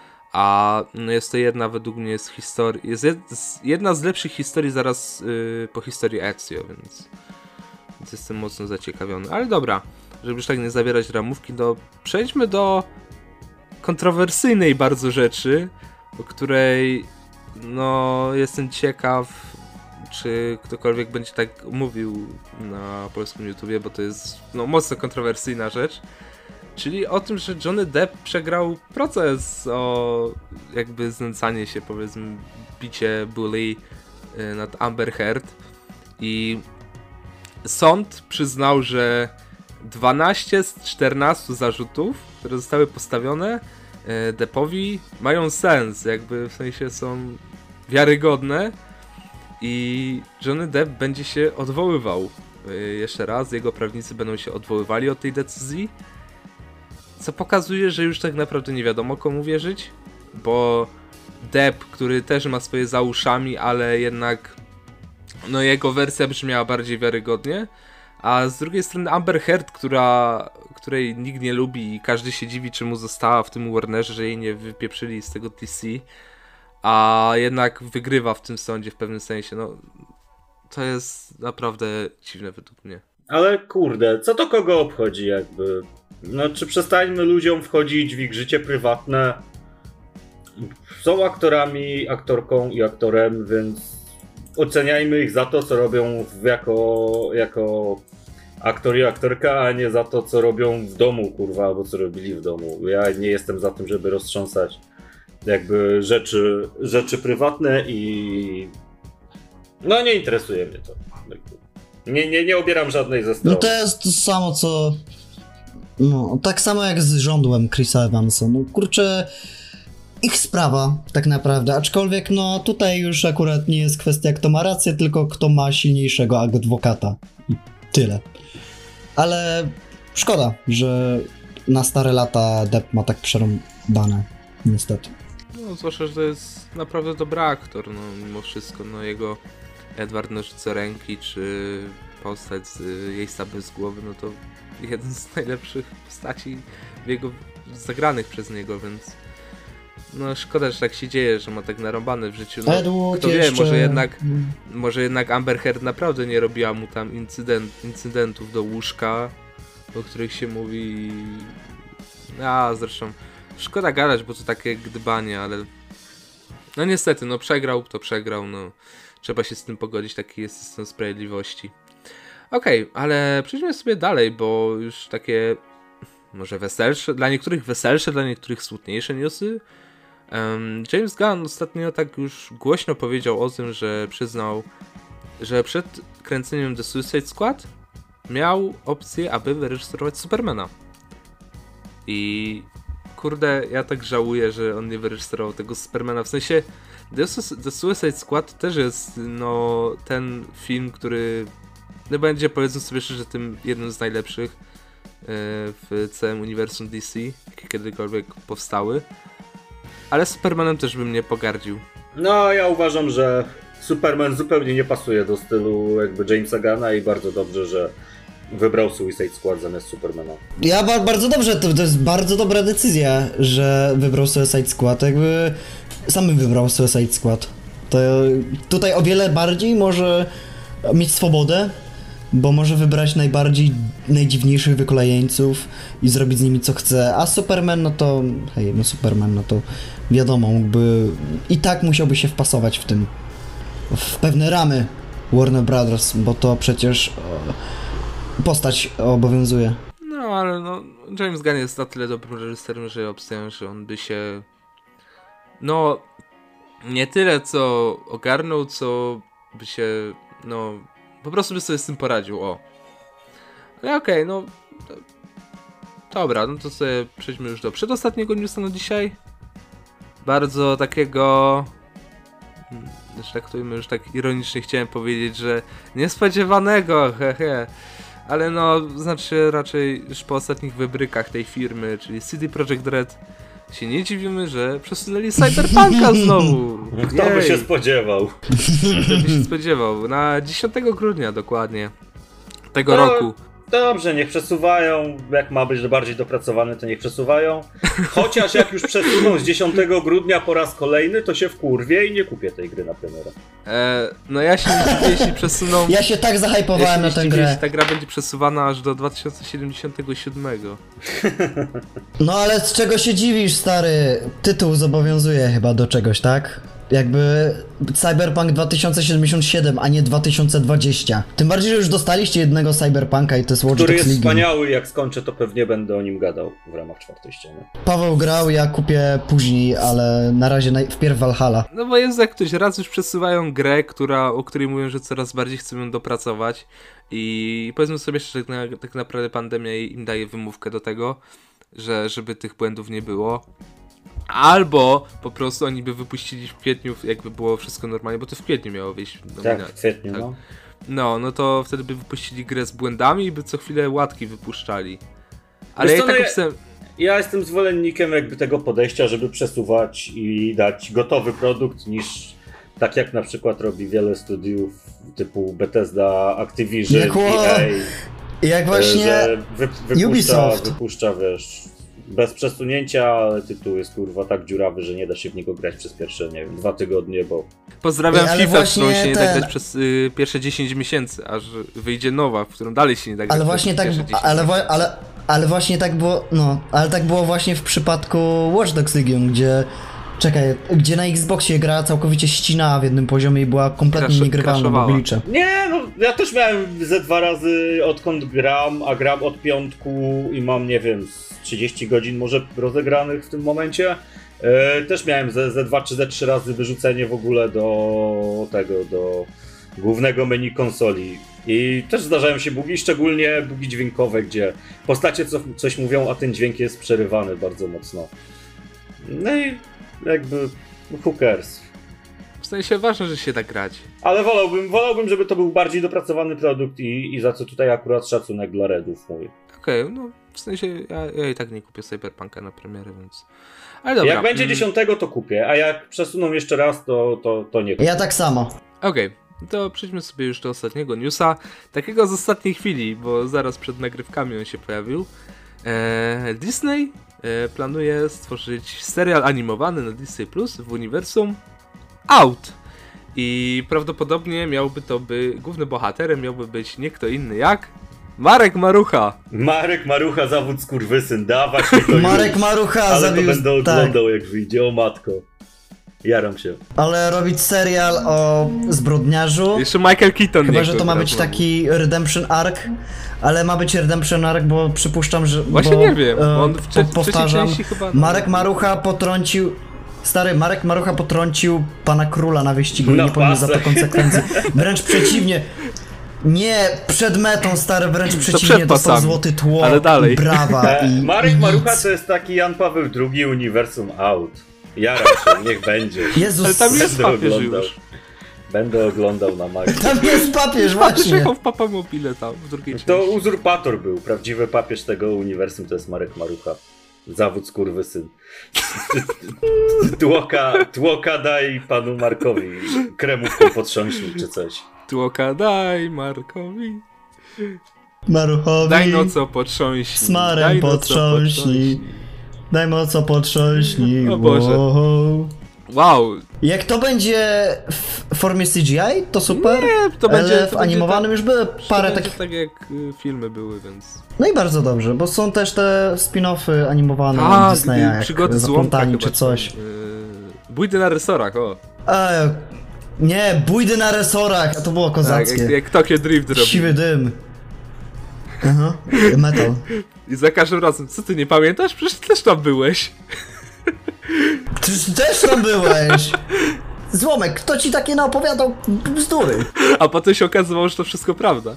A no jest to jedna według mnie z historii. Jest jedna z lepszych historii zaraz po historii Ezio, więc jestem mocno zaciekawiony. Ale dobra, żeby już tak nie zabierać ramówki, to przejdźmy do kontrowersyjnej bardzo rzeczy, o której no jestem ciekaw, czy ktokolwiek będzie tak mówił na polskim YouTubie, bo to jest no mocno kontrowersyjna rzecz. Czyli o tym, że Johnny Depp przegrał proces o jakby znęcanie się, powiedzmy, bicie bully nad Amber Heard i sąd przyznał, że 12 z 14 zarzutów, które zostały postawione Deppowi, mają sens, jakby w sensie są wiarygodne i Johnny Depp będzie się odwoływał jeszcze raz, jego prawnicy będą się odwoływali od tej decyzji. Co pokazuje, że już tak naprawdę nie wiadomo komu wierzyć, bo Depp, który też ma swoje za uszami, ale jednak no jego wersja brzmiała bardziej wiarygodnie, a z drugiej strony Amber Heard, której nikt nie lubi i każdy się dziwi, czemu została w tym Warnerze, że jej nie wypieprzyli z tego DC, a jednak wygrywa w tym sądzie w pewnym sensie, no to jest naprawdę dziwne według mnie.
Ale kurde, co to kogo obchodzi jakby? No czy przestańmy ludziom wchodzić w ich życie prywatne? Są aktorami, aktorką i aktorem, więc oceniajmy ich za to, co robią jako aktor i aktorka, a nie za to, co robią w domu, kurwa, albo co robili w domu. Ja nie jestem za tym, żeby roztrząsać jakby rzeczy prywatne i no nie interesuje mnie to. Nie obieram żadnej ze stron.
No to jest to samo, co... No, tak samo jak z żądłem Chrisa Evansa. No kurczę, ich sprawa tak naprawdę, aczkolwiek no tutaj już akurat nie jest kwestia kto ma rację, tylko kto ma silniejszego adwokata. I tyle. Ale szkoda, że na stare lata Depp ma tak przerąbane, niestety.
No zwłaszcza, że to jest naprawdę dobry aktor, no mimo wszystko, no jego Edward Nożyce Ręki, czy postać z Jejca bez głowy, no to jeden z najlepszych postaci zagranych przez niego, więc no szkoda, że tak się dzieje, że ma tak narąbane w życiu. No, kto wie,
jeszcze...
może jednak Amber Heard naprawdę nie robiła mu tam incydentów do łóżka, o których się mówi. A zresztą szkoda gadać, bo to takie gdybanie, ale no niestety, no przegrał, no trzeba się z tym pogodzić, taki jest system sprawiedliwości. Okej, ale przejdźmy sobie dalej, bo już takie może weselsze, dla niektórych weselsze, dla niektórych smutniejsze newsy. James Gunn ostatnio tak już głośno powiedział o tym, że przyznał, że przed kręceniem The Suicide Squad miał opcję, aby wyreżyserować Supermana. I kurde, ja tak żałuję, że on nie wyreżyserował tego Supermana, w sensie The Suicide Squad też jest no ten film, który no będzie, powiedzmy sobie szczerze, tym jednym z najlepszych w całym uniwersum DC, jakie kiedykolwiek powstały. Ale Supermanem też bym nie pogardził.
No, ja uważam, że Superman zupełnie nie pasuje do stylu jakby Jamesa Gunna i bardzo dobrze, że wybrał Suicide Squad zamiast Supermana.
Bardzo dobrze, to jest bardzo dobra decyzja, że wybrał Suicide Squad, jakby sam bym wybrał Suicide Squad. To tutaj o wiele bardziej może mieć swobodę, bo może wybrać najdziwniejszych wykolejeńców i zrobić z nimi co chce, a Superman, no to Superman, no to wiadomo, mógłby i tak musiałby się wpasować w pewne ramy Warner Brothers, bo to przecież postać obowiązuje.
No, ale no, James Gunn jest na tyle dobrym reżyserem, że obstawiam, że on by się nie tyle co ogarnął, co by się, po prostu by sobie z tym poradził, Ale okej, dobra, no to sobie przejdźmy już do przedostatniego newsa na dzisiaj. Bardzo takiego, już tak ironicznie chciałem powiedzieć, że niespodziewanego, ale znaczy raczej już po ostatnich wybrykach tej firmy, czyli CD Projekt Red, się nie dziwimy, że przesunęli Cyberpunka znowu.
Kto by się spodziewał?
Kto by się spodziewał? Na 10 grudnia dokładnie tego roku.
Dobrze, niech przesuwają. Jak ma być bardziej dopracowany, to niech przesuwają. Chociaż jak już przesuną z 10 grudnia po raz kolejny, to się wkurwię i nie kupię tej gry na premierę.
Ja się nie dziwię, jeśli przesuną...
Ja się tak zahypowałem na tę grę.
Jeśli ta gra będzie przesuwana aż do 2077.
No ale z czego się dziwisz, stary? Tytuł zobowiązuje chyba do czegoś, tak? Jakby Cyberpunk 2077, a nie 2020. Tym bardziej, że już dostaliście jednego Cyberpunka i to jest Watch Dogs
Który jest
Legion.
wspaniały, jak skończę, to pewnie będę o nim gadał w ramach czwartej ściany.
Paweł grał, ja kupię później, ale na razie wpierw Valhalla.
No bo jest jak ktoś raz już przesuwają grę, o której mówią, że coraz bardziej chcą ją dopracować i powiedzmy sobie szczerze, że tak naprawdę pandemia im daje wymówkę do tego, żeby tych błędów nie było. Albo po prostu oni by wypuścili w kwietniu, jakby było wszystko normalnie, bo to w kwietniu miało wyjść.
Tak, w kwietniu, tak.
No to wtedy by wypuścili grę z błędami i by co chwilę łatki wypuszczali. Ale ja tak chcę...
Ja jestem zwolennikiem jakby tego podejścia, żeby przesuwać i dać gotowy produkt, niż tak jak na przykład robi wiele studiów typu Bethesda, Activision, EA.
Jak właśnie Ubisoft
wypuszcza, wiesz, bez przesunięcia, ale tytuł jest kurwa tak dziurawy, że nie da się w niego grać przez pierwsze, 2 tygodnie, bo...
Pozdrawiam FIFA, w którą się nie da grać przez pierwsze 10 miesięcy, aż wyjdzie nowa, w którą dalej się nie da grać
ale właśnie tak, ale właśnie tak było, ale tak było właśnie w przypadku Watch Dogs Legion, gdzie na Xboxie gra całkowicie ścinała w jednym poziomie i była kompletnie niegrywalna, bo glicze.
Nie, ja też miałem ze 2 razy odkąd gram, a gram od piątku i mam, nie wiem, 30 godzin może rozegranych w tym momencie. Też miałem ze 2 czy ze 3 razy wyrzucenie w ogóle do głównego menu konsoli. I też zdarzają się bugi, szczególnie bugi dźwiękowe, gdzie postacie coś mówią, a ten dźwięk jest przerywany bardzo mocno. No i jakby who cares.
W sensie ważne, że się da grać.
Ale wolałbym, żeby to był bardziej dopracowany produkt i za co tutaj akurat szacunek dla Redów mój.
Okej, w sensie ja i tak nie kupię Cyberpunka na premierę, więc... Ale dobra.
Jak będzie 10, to kupię, a jak przesuną jeszcze raz, to nie kupię.
Ja tak samo.
Okej, to przejdźmy sobie już do ostatniego newsa. Takiego z ostatniej chwili, bo zaraz przed nagrywkami on się pojawił. Disney planuje stworzyć serial animowany na Disney Plus w uniwersum Out. I prawdopodobnie głównym bohaterem miałby być nie kto inny jak Marek Marucha.
Marek Marucha, zawód skurwysyn, dawać mi to
Marek Marucha
ale
zabił...
to będę oglądał jak wyjdzie, o matko. Jaram się.
Ale robić serial o zbrodniarzu...
Jeszcze Michael Keaton.
Chyba, że to ma być taki redemption arc, ale ma być redemption arc, bo przypuszczam, że...
Właśnie nie wiem, on
powtarzam,
chyba...
Marek Marucha potrącił... Marek Marucha potrącił pana króla na wyścigu i nie poniósł za to konsekwencji. Wręcz przeciwnie. Nie, przed metą, stary, wręcz przeciwnie, dostał złoty tło,
ale dalej.
Brawa i
Marek Marucha to jest taki Jan Paweł II uniwersum Out. Jaram się, niech będzie.
Jezus,
ale tam jest papież już.
Będę oglądał na Magii.
Tam jest papież, właśnie.
Jechał w papamobile tam, w drugiej części.
To uzurpator był, prawdziwy papież tego uniwersum to jest Marek Marucha. Zawód skurwysyn. Tłoka daj panu Markowi kremówką potrząśnij czy coś.
Tłoka daj Markowi.
Maruchowi.
Daj no co potrząśnij.
Smarem
daj no co
potrząśnij. Daj mocno potrząśnij.
O Boże.
Wow.
Wow.
Jak to będzie w formie CGI, to super.
Nie, to będzie...
Ale w animowanym już były parę
będzie
takich...
tak jak filmy były, więc...
No i bardzo dobrze, bo są też te spin-offy animowane
A,
Disneya, jak
przygody z
Zaplątani
Łąka
czy coś.
Bójdy na resorach, o.
Nie, bójdy na resorach, a to było
Tak,
kozackie.
jak Tokyo Drift robi.
Siwy dym. Aha, metal.
I za każdym razem, co ty nie pamiętasz? Przecież ty też tam byłeś.
Ty też tam byłeś! Złomek, kto ci takie naopowiadał bzdury?
A potem się okazywało, że to wszystko prawda.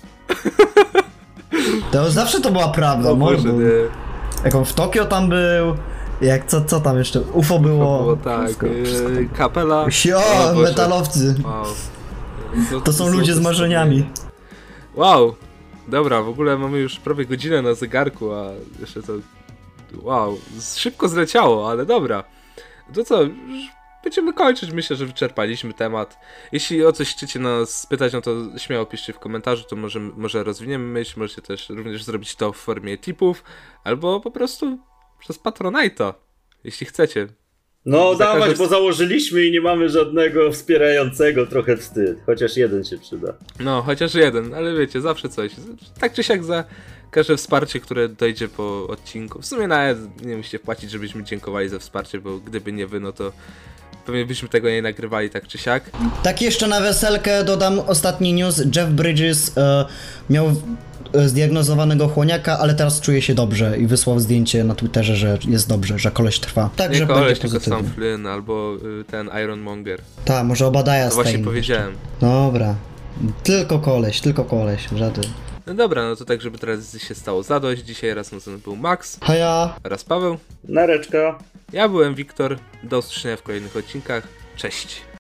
To zawsze to była prawda,
O Boże,
mordu.
nie.
Jak on w Tokio tam był, jak co tam jeszcze? UFO
To
było.
było tak,
Wszystko.
kapela. O
Sio,
Boże.
metalowcy.
Wow.
To są ludzie z marzeniami.
Wow. Dobra, w ogóle mamy już prawie godzinę na zegarku, a jeszcze to... Wow, szybko zleciało, ale dobra. To co, już będziemy kończyć, myślę, że wyczerpaliśmy temat. Jeśli o coś chcecie nas spytać, no to śmiało piszcie w komentarzu, to może rozwiniemy myśl, możecie też również zrobić to w formie tipów, albo po prostu przez Patronite'a, jeśli chcecie.
No
Za
dawać,
każdym-
bo założyliśmy i nie mamy żadnego wspierającego, trochę wstyd. Chociaż jeden się przyda.
No, chociaż jeden, ale wiecie, zawsze coś. Tak czy siak za każde wsparcie, które dojdzie po odcinku. W sumie nawet nie musicie płacić, żebyśmy dziękowali za wsparcie, bo gdyby nie wy, no to pewnie byśmy tego nie nagrywali tak czy siak.
Tak jeszcze na weselkę dodam ostatni news. Jeff Bridges miał zdiagnozowanego chłoniaka, ale teraz czuje się dobrze i wysłał zdjęcie na Twitterze, że jest dobrze, że koleś trwa. Także
Nie
będzie
koleś, tylko
pozytywnie.
Sam Flynn albo ten Ironmonger.
Tak, może Obadiah
To właśnie
Stane.
powiedziałem.
Dobra. Tylko koleś, żaden.
No dobra, no to tak, żeby tradycji się stało zadość. Dzisiaj raz mocno był Max,
Haja!
raz Paweł.
Nareczka.
Ja byłem Wiktor. Do usłyszenia w kolejnych odcinkach. Cześć!